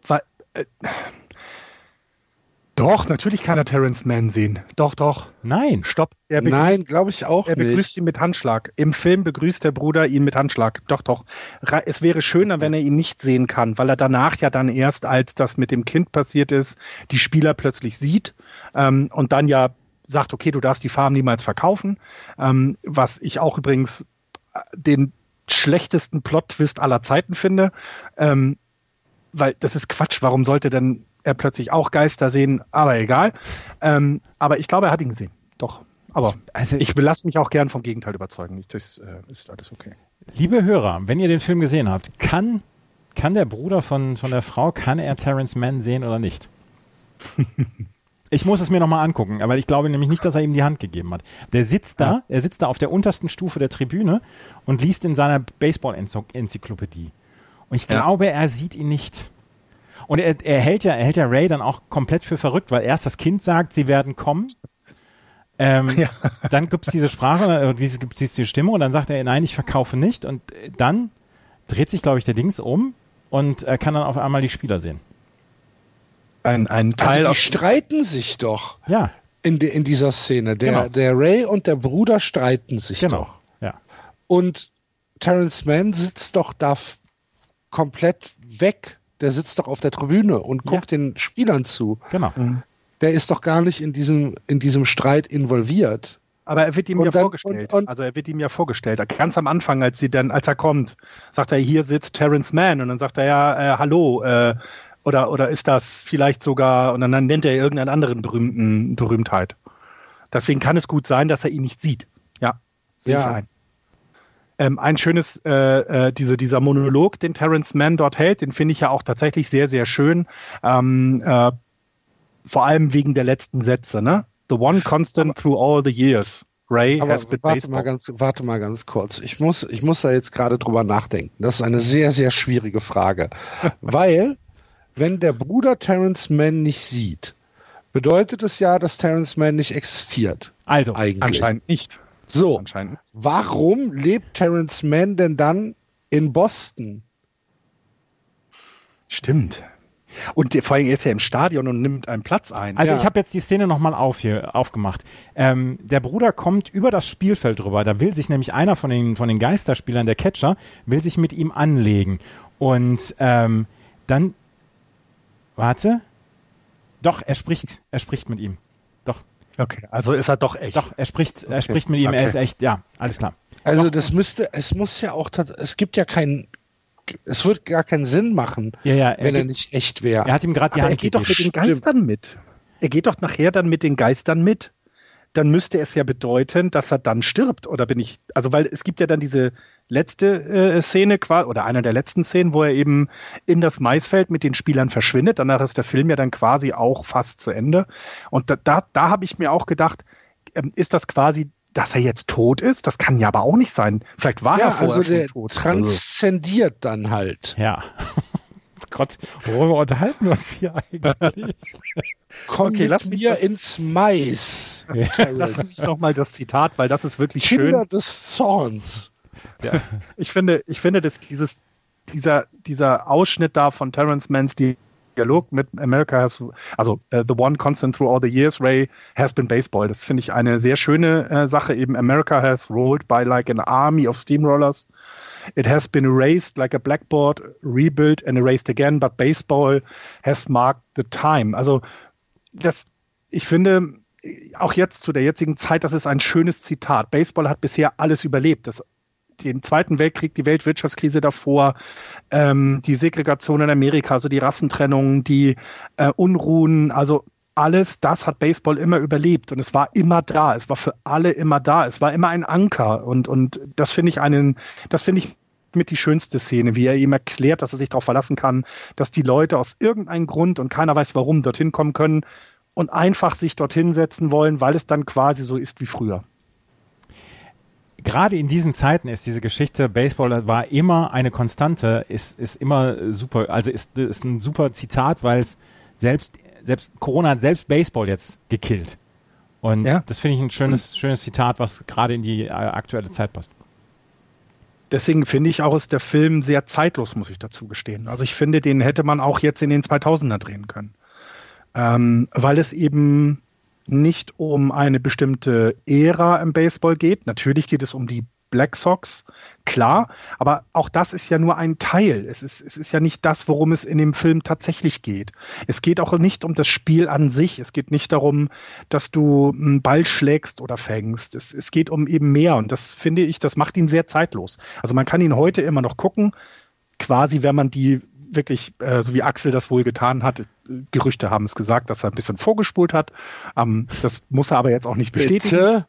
doch, natürlich kann er Terrence Mann sehen. Doch. Nein. Stopp. Nein, glaube ich auch nicht. Er begrüßt ihn mit Handschlag. Im Film begrüßt der Bruder ihn mit Handschlag. Doch. Es wäre schöner, wenn er ihn nicht sehen kann, weil er danach ja dann erst, als das mit dem Kind passiert ist, die Spieler plötzlich sieht und dann ja sagt, okay, du darfst die Farm niemals verkaufen, was ich auch übrigens den schlechtesten Plot-Twist aller Zeiten finde, weil das ist Quatsch, warum sollte denn er plötzlich auch Geister sehen, aber egal. Aber ich glaube, er hat ihn gesehen, doch. Aber ich lasse mich auch gern vom Gegenteil überzeugen. Das ist alles okay. Liebe Hörer, wenn ihr den Film gesehen habt, kann der Bruder von der Frau, kann er Terrence Mann sehen oder nicht? Ich muss es mir nochmal angucken, aber ich glaube nämlich nicht, dass er ihm die Hand gegeben hat. Er sitzt da auf der untersten Stufe der Tribüne und liest in seiner Baseball-Enzyklopädie. Und ich glaube, er sieht ihn nicht. Und er hält ja Ray dann auch komplett für verrückt, weil erst das Kind sagt, sie werden kommen. Dann gibt es diese Sprache, gibt es diese Stimme und dann sagt er, nein, ich verkaufe nicht. Und dann dreht sich, glaube ich, der Dings um und er kann dann auf einmal die Spieler sehen. Ein Teil. Also die streiten sich doch. Ja. In dieser Szene. Der Ray und der Bruder streiten sich doch. Ja. Und Terrence Mann sitzt doch da komplett weg. Der sitzt doch auf der Tribüne und guckt den Spielern zu. Genau. Der ist doch gar nicht in diesem Streit involviert. Aber er wird ihm vorgestellt. Also er wird ihm ja vorgestellt. Ganz am Anfang, als er kommt, sagt er, hier sitzt Terrence Mann. Und dann sagt er ja, hallo, oder ist das vielleicht sogar, und dann nennt er irgendeinen anderen Berühmtheit. Deswegen kann es gut sein, dass er ihn nicht sieht. Ja, sehe ich ein. Ein schönes, dieser Monolog, den Terrence Mann dort hält, den finde ich ja auch tatsächlich sehr, sehr schön. Vor allem wegen der letzten Sätze, ne? The one constant through all the years. Ray has been baseball. Warte mal ganz kurz. Ich muss da jetzt gerade drüber nachdenken. Das ist eine sehr, sehr schwierige Frage. Weil, wenn der Bruder Terrence Mann nicht sieht, bedeutet es ja, dass Terrence Mann nicht existiert. Also, eigentlich. Anscheinend nicht. So, warum lebt Terrence Mann denn dann in Boston? Stimmt. Und vor allem, er ist ja im Stadion und nimmt einen Platz ein. Also ich habe jetzt die Szene nochmal aufgemacht. Der Bruder kommt über das Spielfeld rüber. Da will sich nämlich einer von den Geisterspielern, der Catcher, will sich mit ihm anlegen. Und dann, warte, doch, er spricht mit ihm. Doch. Okay, also ist er doch echt. Doch, er spricht mit ihm, er ist echt, ja, alles klar. Also es wird gar keinen Sinn machen, wenn er nicht echt wäre. Er hat ihm gerade die Hand gegeben. Er geht doch mit den Geistern mit. Er geht doch nachher dann mit den Geistern mit. Dann müsste es ja bedeuten, dass er dann stirbt. Oder weil es gibt ja dann diese letzte Szene, oder einer der letzten Szenen, wo er eben in das Maisfeld mit den Spielern verschwindet. Danach ist der Film ja dann quasi auch fast zu Ende. Und da habe ich mir auch gedacht, ist das quasi, dass er jetzt tot ist? Das kann ja aber auch nicht sein. Vielleicht war er vorher schon tot. Transzendiert dann halt. Ja. Gott, worüber unterhalten wir uns hier eigentlich? Komm lass mich ins Mais. Ja. Lass uns doch mal das Zitat, weil das ist wirklich Kinder schön. des Zorns. Ja. Ich finde, dass dieser Ausschnitt da von Terrence Manns Dialog mit America has, the one constant through all the years, Ray, has been baseball. Das finde ich eine sehr schöne Sache. Eben America has rolled by like an army of steamrollers. It has been erased like a blackboard, rebuilt and erased again, but baseball has marked the time. Also ich finde, auch jetzt zu der jetzigen Zeit, das ist ein schönes Zitat. Baseball hat bisher alles überlebt. Den Zweiten Weltkrieg, die Weltwirtschaftskrise davor, die Segregation in Amerika, also die Rassentrennung, die Unruhen, also alles das hat Baseball immer überlebt und es war immer da, es war für alle immer da, es war immer ein Anker und das finde ich mit die schönste Szene, wie er ihm erklärt, dass er sich darauf verlassen kann, dass die Leute aus irgendeinem Grund und keiner weiß warum dorthin kommen können und einfach sich dorthin setzen wollen, weil es dann quasi so ist wie früher. Gerade in diesen Zeiten ist diese Geschichte, Baseball war immer eine Konstante, ist immer super, also ist ein super Zitat, weil es selbst Corona hat selbst Baseball jetzt gekillt. Und das finde ich ein schönes Zitat, was gerade in die aktuelle Zeit passt. Deswegen finde ich auch, ist der Film sehr zeitlos, muss ich dazu gestehen. Also ich finde, den hätte man auch jetzt in den 2000er drehen können. Weil es eben nicht um eine bestimmte Ära im Baseball geht. Natürlich geht es um die Black Sox, klar, aber auch das ist ja nur ein Teil. Es ist ja nicht das, worum es in dem Film tatsächlich geht. Es geht auch nicht um das Spiel an sich. Es geht nicht darum, dass du einen Ball schlägst oder fängst. Es geht um eben mehr und das finde ich, das macht ihn sehr zeitlos. Also man kann ihn heute immer noch gucken, quasi wenn man die wirklich, so wie Axel das wohl getan hat, Gerüchte haben es gesagt, dass er ein bisschen vorgespult hat. Das muss er aber jetzt auch nicht bestätigen.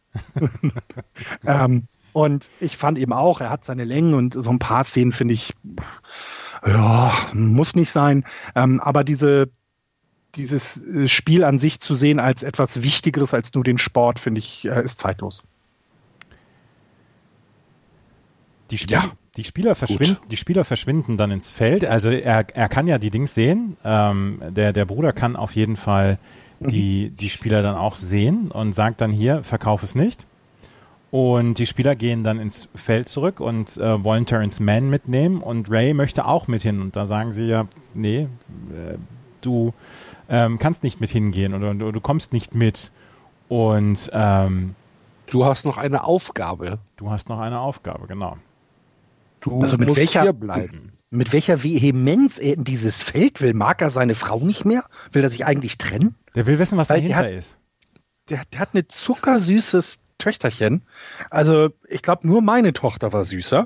Und ich fand eben auch, er hat seine Längen und so ein paar Szenen finde ich, muss nicht sein. Aber dieses Spiel an sich zu sehen als etwas Wichtigeres als nur den Sport, finde ich, ist zeitlos. Die Spieler verschwinden dann ins Feld. Also er kann ja die Dings sehen. Der Bruder kann auf jeden Fall die Spieler dann auch sehen und sagt dann hier, verkauf es nicht. Und die Spieler gehen dann ins Feld zurück und wollen Terrence Mann mitnehmen und Ray möchte auch mit hin. Und da sagen sie ja, nee, du kannst nicht mit hingehen oder du kommst nicht mit. Und du hast noch eine Aufgabe. Genau. Du musst hier bleiben. Mit welcher Vehemenz er in dieses Feld will. Mag er seine Frau nicht mehr? Will er sich eigentlich trennen? Der will wissen, was dahinter ist. Der hat eine zuckersüßes Töchterchen. Also ich glaube, nur meine Tochter war süßer.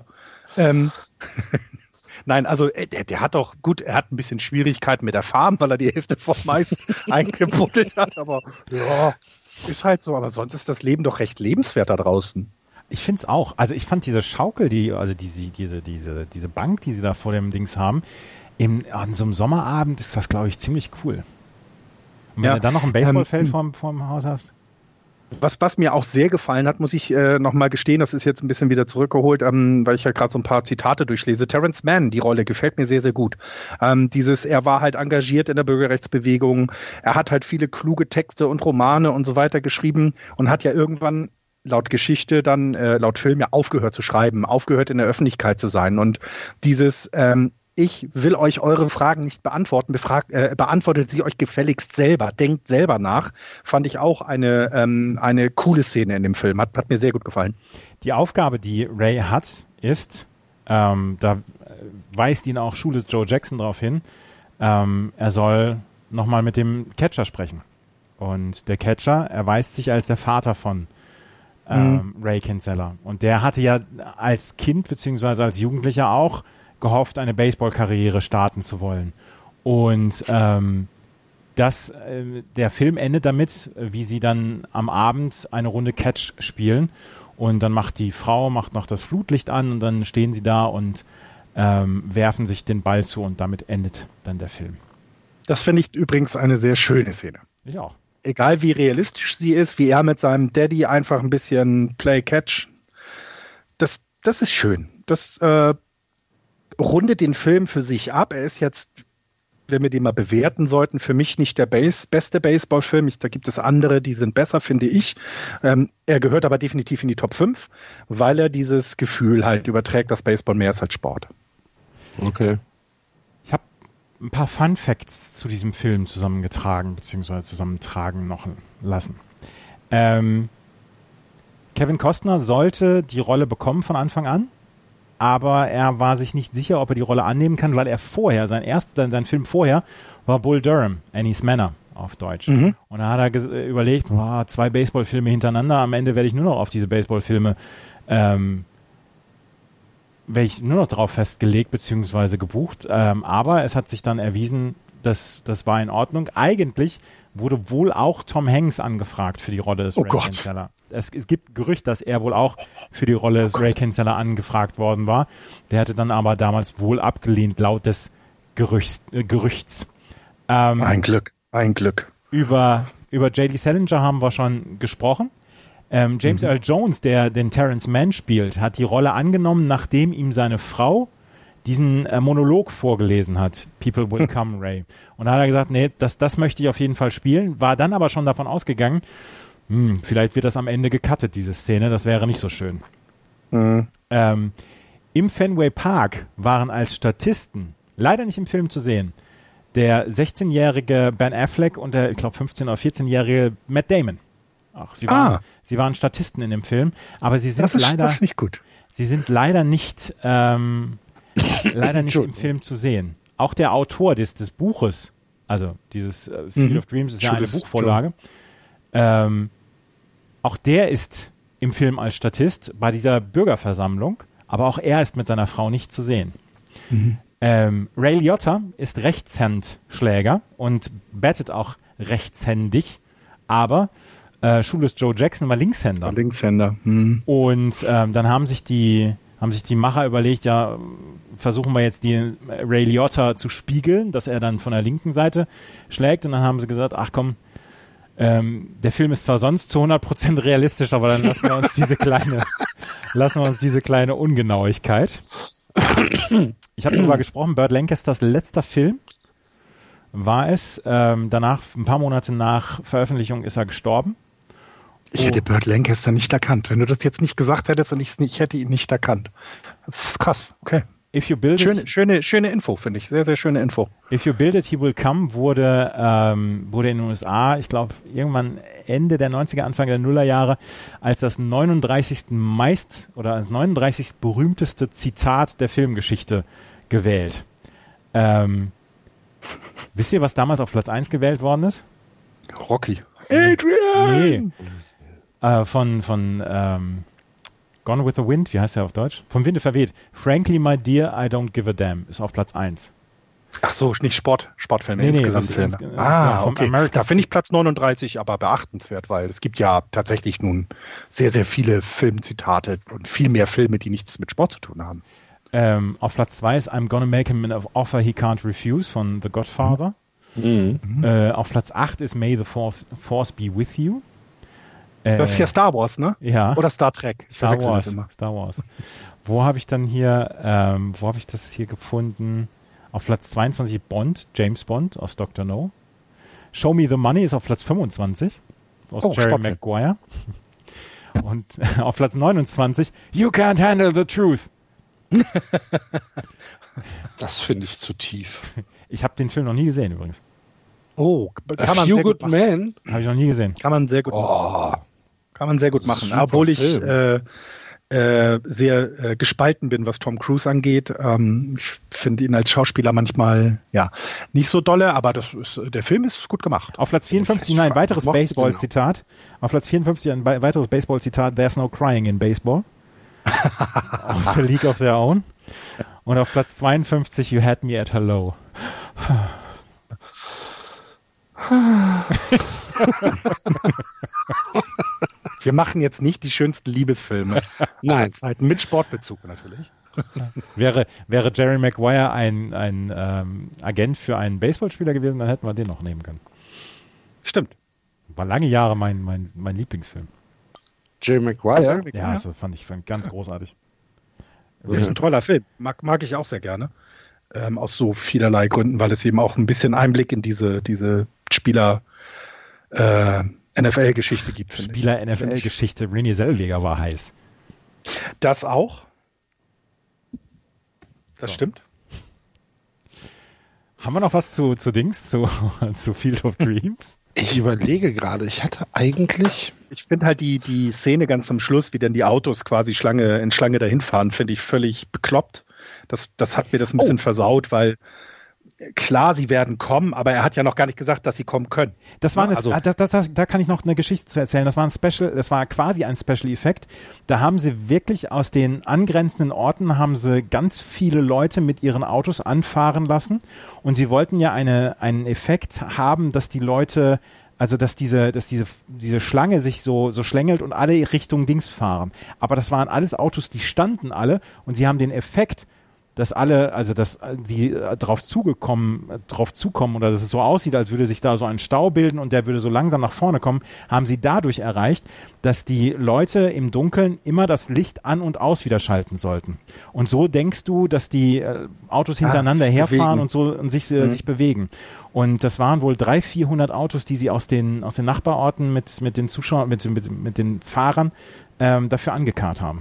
Nein, also der hat doch, gut, er hat ein bisschen Schwierigkeiten mit der Farm, weil er die Hälfte vom Mais eingebuddelt hat, aber ja, ist halt so. Aber sonst ist das Leben doch recht lebenswert da draußen. Ich finde es auch. Also ich fand diese Schaukel, diese Bank, die sie da vor dem Dings haben, an so einem Sommerabend ist das, glaube ich, ziemlich cool. Und wenn du dann noch ein Baseballfeld vorm Haus hast. Was mir auch sehr gefallen hat, muss ich nochmal gestehen, das ist jetzt ein bisschen wieder zurückgeholt, weil ich ja gerade so ein paar Zitate durchlese. Terrence Mann, die Rolle, gefällt mir sehr, sehr gut. Er war halt engagiert in der Bürgerrechtsbewegung, er hat halt viele kluge Texte und Romane und so weiter geschrieben und hat ja irgendwann laut Geschichte dann, laut Film ja aufgehört zu schreiben, aufgehört in der Öffentlichkeit zu sein und dieses ich will euch eure Fragen nicht beantworten, beantwortet sie euch gefälligst selber, denkt selber nach. Fand ich auch eine coole Szene in dem Film, hat mir sehr gut gefallen. Die Aufgabe, die Ray hat, ist, da weist ihn auch Schules Joe Jackson darauf hin, er soll nochmal mit dem Catcher sprechen. Und der Catcher erweist sich als der Vater von Ray Kinsella. Und der hatte ja als Kind beziehungsweise als Jugendlicher auch gehofft, eine Baseballkarriere starten zu wollen. Und der Film endet damit, wie sie dann am Abend eine Runde Catch spielen. Und dann macht die Frau noch das Flutlicht an und dann stehen sie da und werfen sich den Ball zu und damit endet dann der Film. Das finde ich übrigens eine sehr schöne Szene. Ich auch. Egal wie realistisch sie ist, wie er mit seinem Daddy einfach ein bisschen Play-Catch, das ist schön. Das rundet den Film für sich ab. Er ist jetzt, wenn wir den mal bewerten sollten, für mich nicht der beste Baseballfilm. Da gibt es andere, die sind besser, finde ich. Er gehört aber definitiv in die Top 5, weil er dieses Gefühl halt überträgt, dass Baseball mehr ist als Sport. Okay. Ich habe ein paar Fun Facts zu diesem Film zusammengetragen, beziehungsweise zusammentragen noch lassen. Kevin Costner sollte die Rolle bekommen von Anfang an, aber er war sich nicht sicher, ob er die Rolle annehmen kann, weil er vorher, sein Film vorher war Bull Durham, Annie's Manor auf Deutsch. Und da hat er überlegt, 2 Baseballfilme hintereinander, am Ende werde ich nur noch auf diese Baseballfilme werde ich nur noch darauf festgelegt bzw. gebucht, aber es hat sich dann erwiesen, dass das war in Ordnung. Eigentlich wurde wohl auch Tom Hanks angefragt für die Rolle des Ray Kinsella. Es gibt Gerücht, dass er wohl auch für die Rolle des Ray Kinsella angefragt worden war. Der hatte dann aber damals wohl abgelehnt, laut des Gerüchts. Ein Glück. Über J.D. Salinger haben wir schon gesprochen. James Earl Jones, der den Terrence Mann spielt, hat die Rolle angenommen, nachdem ihm seine Frau diesen Monolog vorgelesen hat, People Will Come, Ray. Und da hat er gesagt, nee, das möchte ich auf jeden Fall spielen, war dann aber schon davon ausgegangen, vielleicht wird das am Ende gecuttet, diese Szene, das wäre nicht so schön. Im Fenway Park waren als Statisten, leider nicht im Film zu sehen, der 16-jährige Ben Affleck und der, ich glaube, 15- oder 14-jährige Matt Damon. Sie waren Statisten in dem Film, aber sie sind das nicht gut. Sie sind leider nicht im Film zu sehen. Auch der Autor des Buches, also dieses Field of Dreams ist ja eine Buchvorlage, auch der ist im Film als Statist bei dieser Bürgerversammlung, aber auch er ist mit seiner Frau nicht zu sehen. Ray Liotta ist Rechtshändschläger und battet auch rechtshändig, aber Schules Joe Jackson war Linkshänder. Und dann haben sich die Macher überlegt, ja, versuchen wir jetzt die Ray Liotta zu spiegeln, dass er dann von der linken Seite schlägt. Und dann haben sie gesagt, ach komm, der Film ist zwar sonst zu 100% realistisch, aber dann lassen wir uns diese kleine Ungenauigkeit. Ich habe darüber gesprochen, Burt Lancasters letzter Film war es. Danach, ein paar Monate nach Veröffentlichung, ist er gestorben. Ich hätte Burt Lancaster nicht erkannt. Wenn du das jetzt nicht gesagt hättest und ich hätte ihn nicht erkannt. Krass, okay. If you build schöne Info, finde ich. Sehr, sehr schöne Info. If You Build It, He Will Come wurde in den USA, ich glaube, irgendwann Ende der 90er, Anfang der Nullerjahre, als das 39. berühmteste Zitat der Filmgeschichte gewählt. Wisst ihr, was damals auf Platz 1 gewählt worden ist? Rocky. Adrian! Nee. Von Gone with the Wind, wie heißt der auf Deutsch? Vom Winde verweht. Frankly, my dear, I don't give a damn ist auf Platz 1. Ach so, nicht Sportfilme, insgesamt Filme. Okay. Da finde ich Platz 39 aber beachtenswert, weil es gibt ja tatsächlich nun sehr, sehr viele Filmzitate und viel mehr Filme, die nichts mit Sport zu tun haben. Auf Platz 2 ist I'm Gonna Make Him an Offer He Can't Refuse von The Godfather. Auf Platz 8 ist May the Force Be With You. Das ist ja Star Wars, ne? Ja. Oder Star Trek. Star Wars. Wo habe ich das hier gefunden? Auf Platz 22 James Bond aus Dr. No. Show Me the Money ist auf Platz 25 aus Jerry Maguire. Und auf Platz 29 You Can't Handle the Truth Das finde ich zu tief. Ich habe den Film noch nie gesehen übrigens. Oh, A Few Good Men? Habe ich noch nie gesehen. Kann man sehr gut machen. Kann man sehr gut machen. Super Obwohl ich Film. sehr gespalten bin, was Tom Cruise angeht. Ich finde ihn als Schauspieler manchmal nicht so dolle, aber der Film ist gut gemacht. Auf Platz 54 ein weiteres Baseball-Zitat. Auf Platz 54 ein weiteres Baseball-Zitat. There's no crying in baseball. Aus der League of Their Own. Und auf Platz 52 You Had Me at Hello. Wir machen jetzt nicht die schönsten Liebesfilme. Nein. Mit Sportbezug natürlich. Wäre Jerry Maguire ein Agent für einen Baseballspieler gewesen, dann hätten wir den noch nehmen können. Stimmt. War lange Jahre mein Lieblingsfilm. Jerry Maguire? Ja, das fand ich ganz großartig. Das ist ein toller Film. Mag ich auch sehr gerne. Aus so vielerlei Gründen, weil es eben auch ein bisschen Einblick in diese Spieler NFL-Geschichte gibt. Spieler-NFL-Geschichte. Renée Zellweger war heiß. Das auch. Das stimmt. Haben wir noch was zu Dings, zu Field of Dreams? Ich überlege gerade, ich hatte eigentlich... Ich finde halt die Szene ganz am Schluss, wie dann die Autos quasi in Schlange dahin fahren, finde ich völlig bekloppt. Das hat mir das ein bisschen versaut, weil klar, sie werden kommen, aber er hat ja noch gar nicht gesagt, dass sie kommen können. Da kann ich noch eine Geschichte zu erzählen. Das war quasi ein Special-Effekt. Da haben sie wirklich aus den angrenzenden Orten haben sie ganz viele Leute mit ihren Autos anfahren lassen und sie wollten ja einen Effekt haben, dass die Leute, also dass diese Schlange sich so schlängelt und alle Richtung Dings fahren. Aber das waren alles Autos, die standen alle und sie haben den Effekt, dass alle, also dass die drauf zukommen oder dass es so aussieht, als würde sich da so ein Stau bilden und der würde so langsam nach vorne kommen, haben sie dadurch erreicht, dass die Leute im Dunkeln immer das Licht an und aus wieder schalten sollten. Und so denkst du, dass die Autos hintereinander herfahren und so und sich bewegen. Und das waren wohl 300-400 Autos, die sie aus den Nachbarorten mit den Zuschauern, mit den Fahrern dafür angekarrt haben.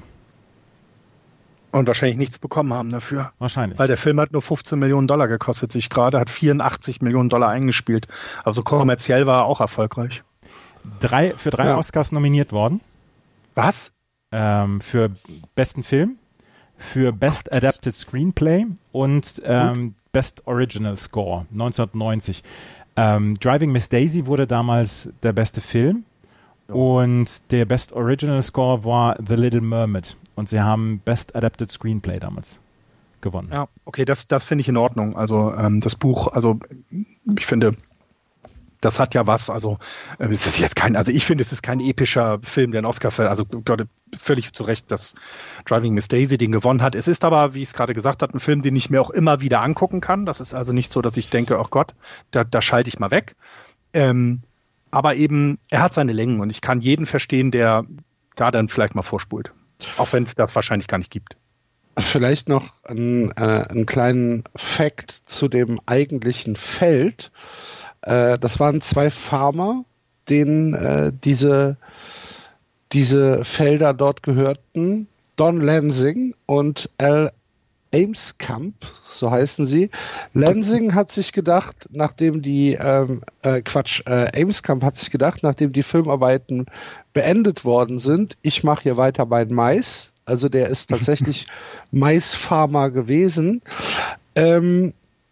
Und wahrscheinlich nichts bekommen haben dafür. Wahrscheinlich. Weil der Film hat nur $15 Millionen gekostet sich gerade, hat $84 Millionen eingespielt. Also kommerziell war er auch erfolgreich. Für drei Oscars nominiert worden. Was? Für besten Film, für Best Adapted Screenplay und Best Original Score 1990. Driving Miss Daisy wurde damals der beste Film. Und der Best Original Score war The Little Mermaid. Und sie haben Best Adapted Screenplay damals gewonnen. Ja, okay, das finde ich in Ordnung. Also das Buch, also ich finde, das hat ja was. Also es ist jetzt ich finde, es ist kein epischer Film, der einen Oscar fällt. Also gerade völlig zu Recht, dass Driving Miss Daisy den gewonnen hat. Es ist aber, wie ich es gerade gesagt habe, ein Film, den ich mir auch immer wieder angucken kann. Das ist also nicht so, dass ich denke, oh Gott, da schalte ich mal weg. Aber eben, er hat seine Längen und ich kann jeden verstehen, der da dann vielleicht mal vorspult. Auch wenn es das wahrscheinlich gar nicht gibt. Vielleicht noch einen kleinen Fact zu dem eigentlichen Feld. Das waren 2 Farmer, denen diese Felder dort gehörten. Don Lansing und Al Amescamp, so heißen sie. Lansing hat sich gedacht, nachdem die Amescamp hat sich gedacht, nachdem die Filmarbeiten beendet worden sind, ich mache hier weiter mein Mais. Also der ist tatsächlich Maisfarmer gewesen. Don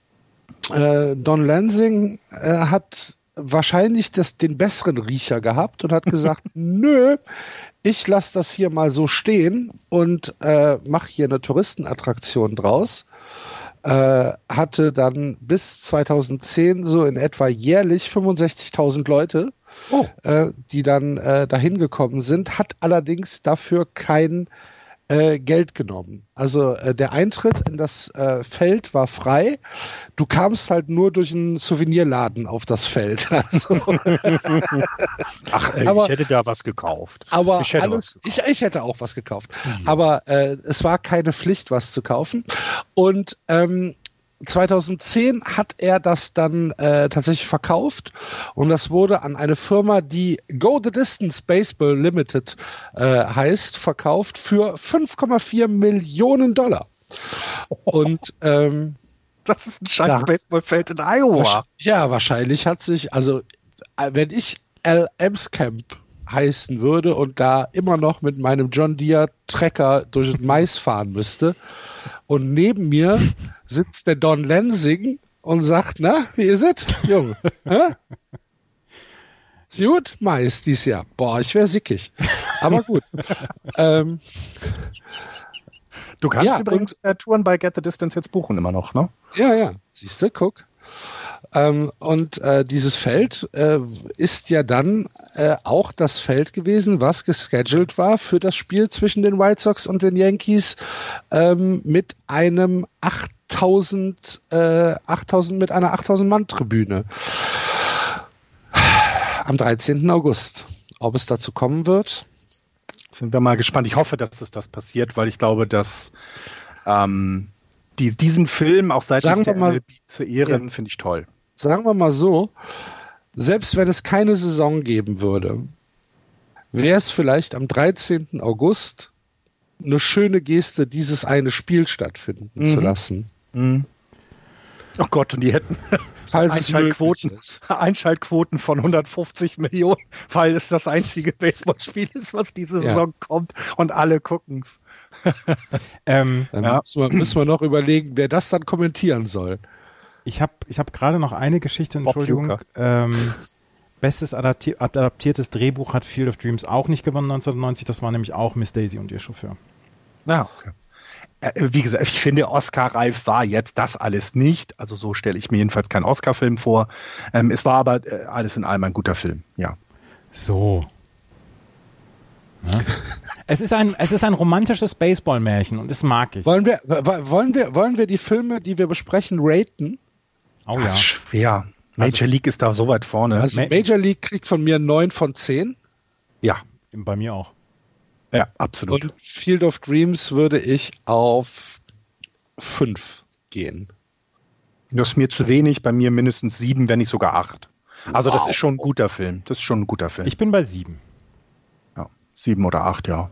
Lansing hat wahrscheinlich den besseren Riecher gehabt und hat gesagt, nö, ich lasse das hier mal so stehen und mache hier eine Touristenattraktion draus. Hatte dann bis 2010 so in etwa jährlich 65.000 Leute, die dann dahin gekommen sind, hat allerdings dafür kein Geld genommen. Also der Eintritt in das Feld war frei. Du kamst halt nur durch einen Souvenirladen auf das Feld. Also, Ach, ich hätte da was gekauft. Aber ich hätte auch was gekauft. Mhm. Aber es war keine Pflicht, was zu kaufen. Und 2010 hat er das dann tatsächlich verkauft und das wurde an eine Firma, die Go the Distance Baseball Limited heißt, verkauft für $5,4 Millionen. Und das ist ein scheiß Baseballfeld in Iowa. Ja, wahrscheinlich hat sich, also wenn ich Al Emskamp heißen würde und da immer noch mit meinem John Deere Trecker durch den Mais fahren müsste und neben mir sitzt der Don Lansing und sagt, na, wie ist es, Junge? Ist gut? Mais dieses Jahr. Boah, ich wäre sickig. Aber gut. Du kannst übrigens Touren bei Get the Distance jetzt buchen immer noch, ne? Ja. Siehst du, guck. Und dieses Feld ist ja dann auch das Feld gewesen, was gescheduled war für das Spiel zwischen den White Sox und den Yankees mit einem 8000 mit einer 8000-Mann-Tribüne am 13. August. Ob es dazu kommen wird? Sind wir mal gespannt. Ich hoffe, dass das passiert, weil ich glaube, dass diesen Film auch seitens der MLB zu ehren, finde ich toll. Sagen wir mal so, selbst wenn es keine Saison geben würde, wäre es vielleicht am 13. August eine schöne Geste, dieses eine Spiel stattfinden zu lassen. Mhm. Oh Gott, und die hätten Einschaltquoten von 150 Millionen, weil es das einzige Baseballspiel ist, was diese Saison kommt und alle gucken es. Dann müssen wir noch überlegen, wer das dann kommentieren soll. Ich hab gerade noch eine Geschichte, Entschuldigung. Bestes adaptiertes Drehbuch hat Field of Dreams auch nicht gewonnen 1990. Das war nämlich auch Miss Daisy und ihr Chauffeur. Ja, okay. Wie gesagt, ich finde, Oscar-reif war jetzt das alles nicht. Also so stelle ich mir jedenfalls keinen Oscar-Film vor. Es war aber alles in allem ein guter Film, ja. So. Ja. Es ist ein romantisches Baseball-Märchen und das mag ich. Wollen wir die Filme, die wir besprechen, raten? Oh ja. Das ist schwer. Major League ist da so weit vorne. Also Major League kriegt von mir 9 von 10. Ja. Bei mir auch. Ja, absolut. Und Field of Dreams würde ich auf 5 gehen. Das ist mir zu wenig, bei mir mindestens 7, wenn nicht sogar 8. Also das ist schon ein guter Film. Ich bin bei 7. Ja, 7 oder 8, ja.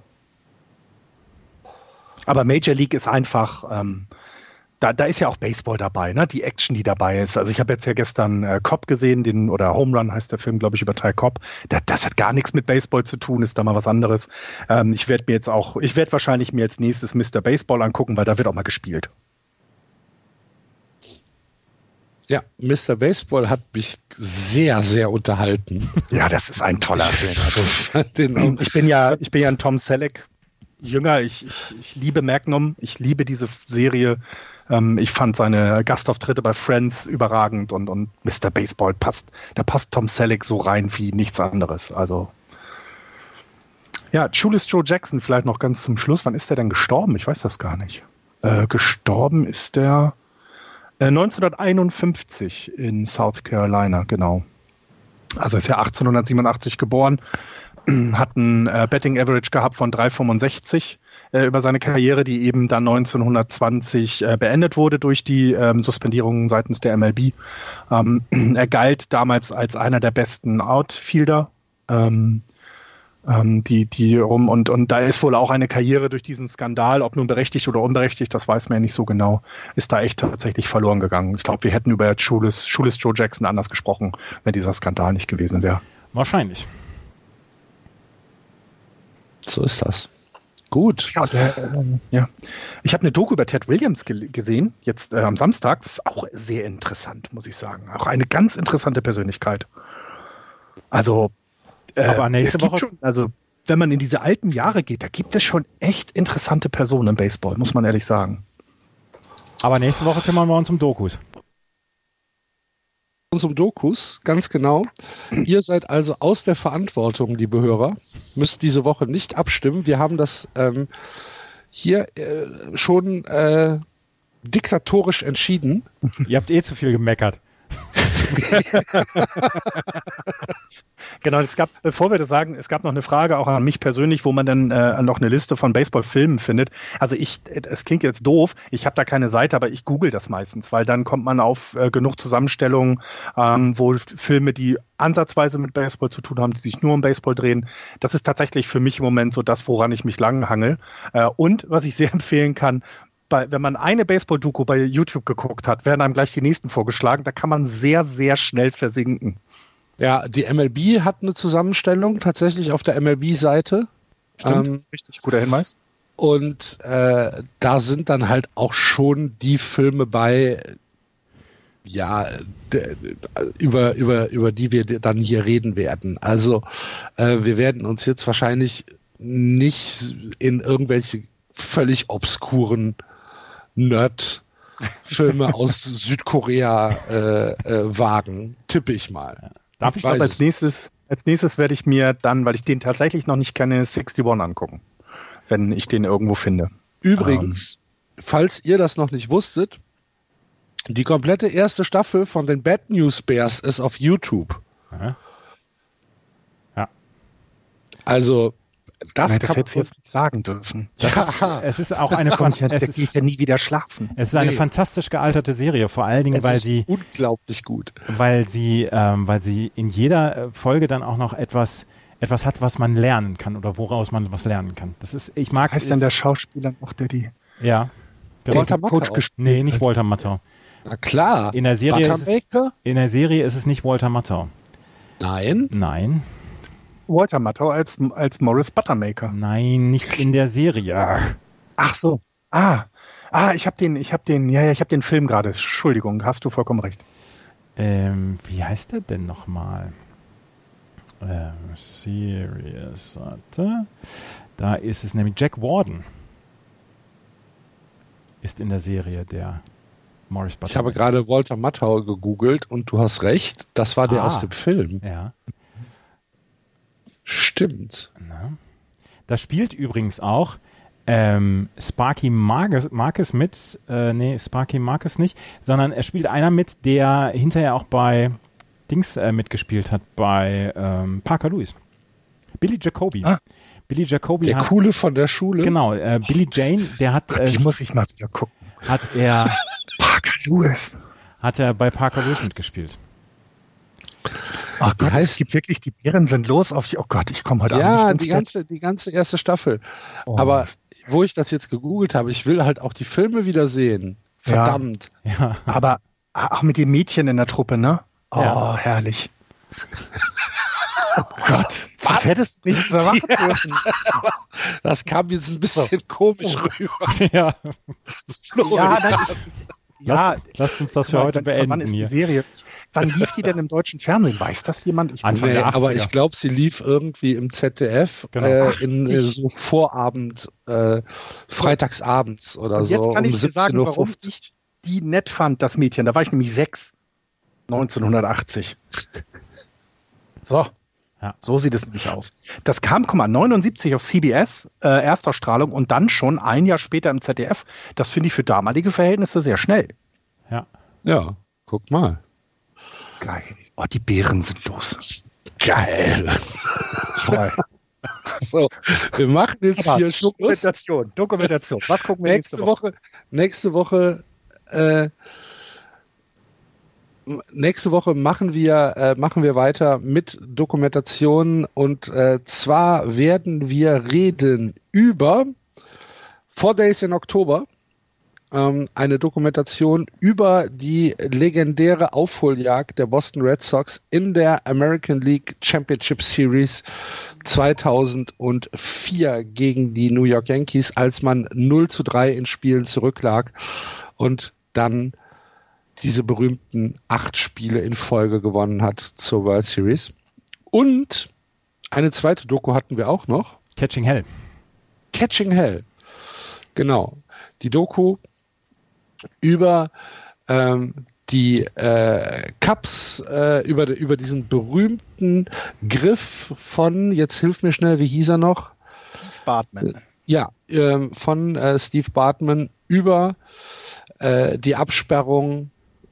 Aber Major League ist einfach, da ist ja auch Baseball dabei, ne? Die Action, die dabei ist. Also ich habe jetzt ja gestern Cobb gesehen, oder Home Run heißt der Film, glaube ich, über Ty Cobb. Das hat gar nichts mit Baseball zu tun, ist da mal was anderes. Ich werde wahrscheinlich mir als nächstes Mr. Baseball angucken, weil da wird auch mal gespielt. Ja, Mr. Baseball hat mich sehr, sehr unterhalten. Ja, das ist ein toller Film. Also, ich bin ja ein Tom Selleck Jünger. Ich liebe Magnum. Ich liebe diese Serie. Ich fand seine Gastauftritte bei Friends überragend und Mr. Baseball da passt Tom Selleck so rein wie nichts anderes. Also ja, Shoeless Joe Jackson vielleicht noch ganz zum Schluss. Wann ist der denn gestorben? Ich weiß das gar nicht. Gestorben ist der 1951 in South Carolina, genau. Also ist ja 1887 geboren, hat ein Betting Average gehabt von 3,65 über seine Karriere, die eben dann 1920 beendet wurde durch die Suspendierung seitens der MLB. Er galt damals als einer der besten Outfielder, die rum und da ist wohl auch eine Karriere durch diesen Skandal, ob nun berechtigt oder unberechtigt, das weiß man ja nicht so genau, ist da echt tatsächlich verloren gegangen. Ich glaube, wir hätten über Shoeless Joe Jackson anders gesprochen, wenn dieser Skandal nicht gewesen wäre. Wahrscheinlich. So ist das. Gut. Ja, ich habe eine Doku über Ted Williams gesehen, jetzt am Samstag. Das ist auch sehr interessant, muss ich sagen. Auch eine ganz interessante Persönlichkeit. Also, aber nächste Woche schon, also wenn man in diese alten Jahre geht, da gibt es schon echt interessante Personen im Baseball, muss man ehrlich sagen. Aber nächste Woche kümmern wir uns um Dokus. Ganz genau. Ihr seid also aus der Verantwortung, liebe Hörer, müsst diese Woche nicht abstimmen. Wir haben das hier schon diktatorisch entschieden. Ihr habt zu viel gemeckert. Genau, bevor wir das sagen, es gab noch eine Frage auch an mich persönlich, wo man dann noch eine Liste von Baseballfilmen findet. Also es klingt jetzt doof, ich habe da keine Seite, aber ich google das meistens, weil dann kommt man auf genug Zusammenstellungen, wo Filme, die ansatzweise mit Baseball zu tun haben, die sich nur um Baseball drehen. Das ist tatsächlich für mich im Moment so das, woran ich mich langhangel. Und was ich sehr empfehlen kann, wenn man eine Baseball-Doku bei YouTube geguckt hat, werden einem gleich die nächsten vorgeschlagen. Da kann man sehr, sehr schnell versinken. Ja, die MLB hat eine Zusammenstellung tatsächlich auf der MLB-Seite. Stimmt, richtig guter Hinweis. Und da sind dann halt auch schon die Filme bei, ja, über die wir dann hier reden werden. Also wir werden uns jetzt wahrscheinlich nicht in irgendwelche völlig obskuren Nerd-Filme aus Südkorea wagen, tippe ich mal. Darf ich als nächstes werde ich mir dann, weil ich den tatsächlich noch nicht kenne, 61 angucken, wenn ich den irgendwo finde. Übrigens, falls ihr das noch nicht wusstet, die komplette erste Staffel von den Bad News Bears ist auf YouTube. Aha. Ja. Also das kann man jetzt nicht sagen dürfen. Es ist auch eine ja nie wieder schlafen. Es ist eine fantastisch gealterte Serie, vor allen Dingen, weil sie unglaublich gut, weil sie in jeder Folge dann auch noch etwas hat, was man lernen kann oder woraus man was lernen kann. Das ist, ich mag. Heißt dann der Schauspieler noch, der die? Ja. Genau. Walter Matthau. Nee, nicht Walter Matthau. Na klar. In der Serie ist es nicht Walter Matthau. Nein. Walter Matthau als Morris Buttermaker. Nein, nicht in der Serie. Ach so. Ich habe den Film gerade. Entschuldigung, hast du vollkommen recht. Wie heißt der denn nochmal? Serious, warte. Da ist es nämlich Jack Warden. Ist in der Serie der Morris Buttermaker. Ich habe gerade Walter Matthau gegoogelt und du hast recht, das war der aus dem Film. Ja. Stimmt. Na. Da spielt übrigens auch Sparky Marcus mit, Sparky Marcus nicht, sondern er spielt einer mit, der hinterher auch bei Dings mitgespielt hat, bei Parker Lewis. Billy Jacoby. Billy Jacoby der Coole von der Schule. Genau, Billy Jane, der hat... die muss ich mal wieder gucken. Parker Lewis. Hat er bei Parker Lewis mitgespielt. Ach Gott, es gibt wirklich, die Bären sind los auf die... Oh Gott, ich komme heute Abend. Ja, die ganze erste Staffel. Oh. Aber wo ich das jetzt gegoogelt habe, ich will halt auch die Filme wieder sehen. Verdammt. Ja. Aber auch mit dem Mädchen in der Truppe, ne? Oh, ja. Herrlich. Oh Gott, das hättest du nicht erwarten dürfen. Das kam jetzt ein bisschen komisch rüber. Ja. Ja, lasst uns das für heute beenden. Wann ist die Serie? Wann lief die denn im deutschen Fernsehen? Weiß das jemand? Anfang der 80er. Aber ich glaube, sie lief irgendwie im ZDF in so Vorabend, freitagsabends oder so. Jetzt kann ich dir sagen, warum ich die nett fand, das Mädchen. Da war ich nämlich 6. 1980. So. Ja. So sieht es nämlich aus. Das kam, 79 auf CBS, Erstausstrahlung und dann schon ein Jahr später im ZDF. Das finde ich für damalige Verhältnisse sehr schnell. Ja, guck mal. Geil. Oh, die Bären sind los. Geil. Toll. So, wir machen jetzt hier Dokumentation. Was gucken wir nächste Woche? Nächste Woche machen wir weiter mit Dokumentation und zwar werden wir reden über 4 Days in October, eine Dokumentation über die legendäre Aufholjagd der Boston Red Sox in der American League Championship Series 2004 gegen die New York Yankees, als man 0-3 in Spielen zurücklag und dann diese berühmten 8 Spiele in Folge gewonnen hat zur World Series. Und eine zweite Doku hatten wir auch noch. Catching Hell. Genau. Die Doku über die Cubs, über diesen berühmten Griff von, jetzt hilf mir schnell, wie hieß er noch? Steve Bartman. Von Steve Bartman über die Absperrung,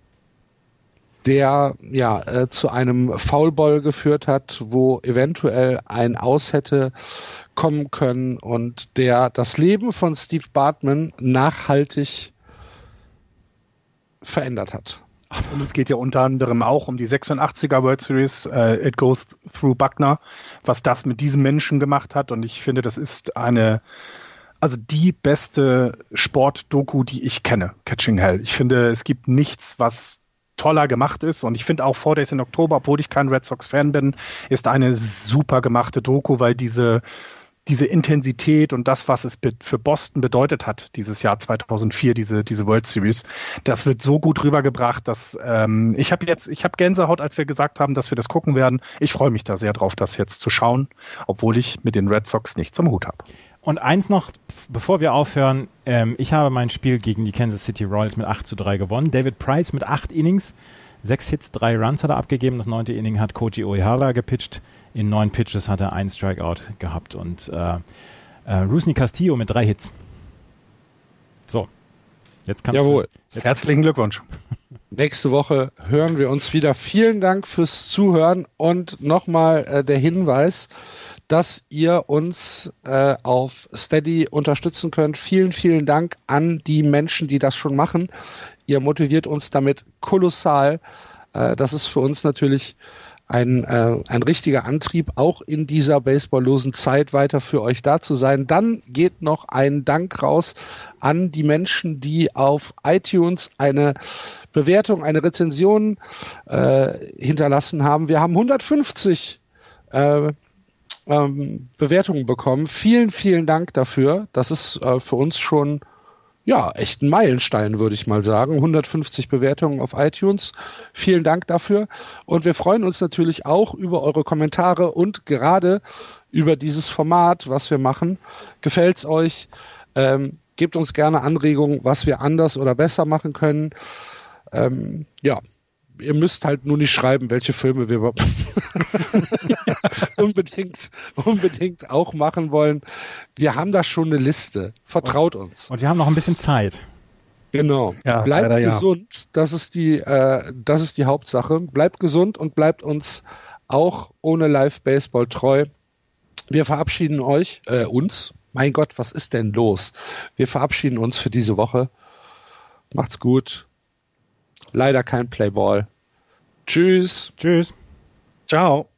der zu einem Foulball geführt hat, wo eventuell ein Aus hätte kommen können und der das Leben von Steve Bartman nachhaltig verändert hat. Und es geht ja unter anderem auch um die 86er World Series, It Goes Through Buckner, was das mit diesem Menschen gemacht hat. Und ich finde, das ist eine also die beste Sport-Doku, die ich kenne, Catching Hell. Ich finde, es gibt nichts, was toller gemacht ist. Und ich finde auch 4 Days in October, obwohl ich kein Red Sox-Fan bin, ist eine super gemachte Doku, weil diese Intensität und das, was es für Boston bedeutet hat, dieses Jahr 2004, diese World Series, das wird so gut rübergebracht, dass ich habe Gänsehaut, als wir gesagt haben, dass wir das gucken werden. Ich freue mich da sehr drauf, das jetzt zu schauen, obwohl ich mit den Red Sox nichts am Hut habe. Und eins noch, bevor wir aufhören, ich habe mein Spiel gegen die Kansas City Royals mit 8-3 gewonnen. David Price mit 8 Innings, 6 Hits, 3 Runs hat er abgegeben. Das 9. Inning hat Koji Uehara gepitcht. In 9 Pitches hat er 1 Strikeout gehabt. Und Rusney Castillo mit 3 Hits. So, jetzt kannst Jawohl. du... Herzlichen Glückwunsch. Nächste Woche hören wir uns wieder. Vielen Dank fürs Zuhören und nochmal der Hinweis, dass ihr uns auf Steady unterstützen könnt. Vielen, vielen Dank an die Menschen, die das schon machen. Ihr motiviert uns damit kolossal. Das ist für uns natürlich ein richtiger Antrieb, auch in dieser baseballlosen Zeit weiter für euch da zu sein. Dann geht noch ein Dank raus an die Menschen, die auf iTunes eine Bewertung, eine Rezension hinterlassen haben. Wir haben 150 Bewertungen bekommen. Vielen, vielen Dank dafür. Das ist für uns schon echt ein Meilenstein, würde ich mal sagen. 150 Bewertungen auf iTunes. Vielen Dank dafür. Und wir freuen uns natürlich auch über eure Kommentare und gerade über dieses Format, was wir machen. Gefällt's euch? Gebt uns gerne Anregungen, was wir anders oder besser machen können. Ihr müsst halt nur nicht schreiben, welche Filme wir unbedingt auch machen wollen. Wir haben da schon eine Liste. Vertraut uns. Und wir haben noch ein bisschen Zeit. Genau. Ja, bleibt leider, gesund. Das ist die Hauptsache. Bleibt gesund und bleibt uns auch ohne Live-Baseball treu. Wir verabschieden uns. Mein Gott, was ist denn los? Wir verabschieden uns für diese Woche. Macht's gut. Leider kein Playball. Tschüss. Tschüss. Ciao.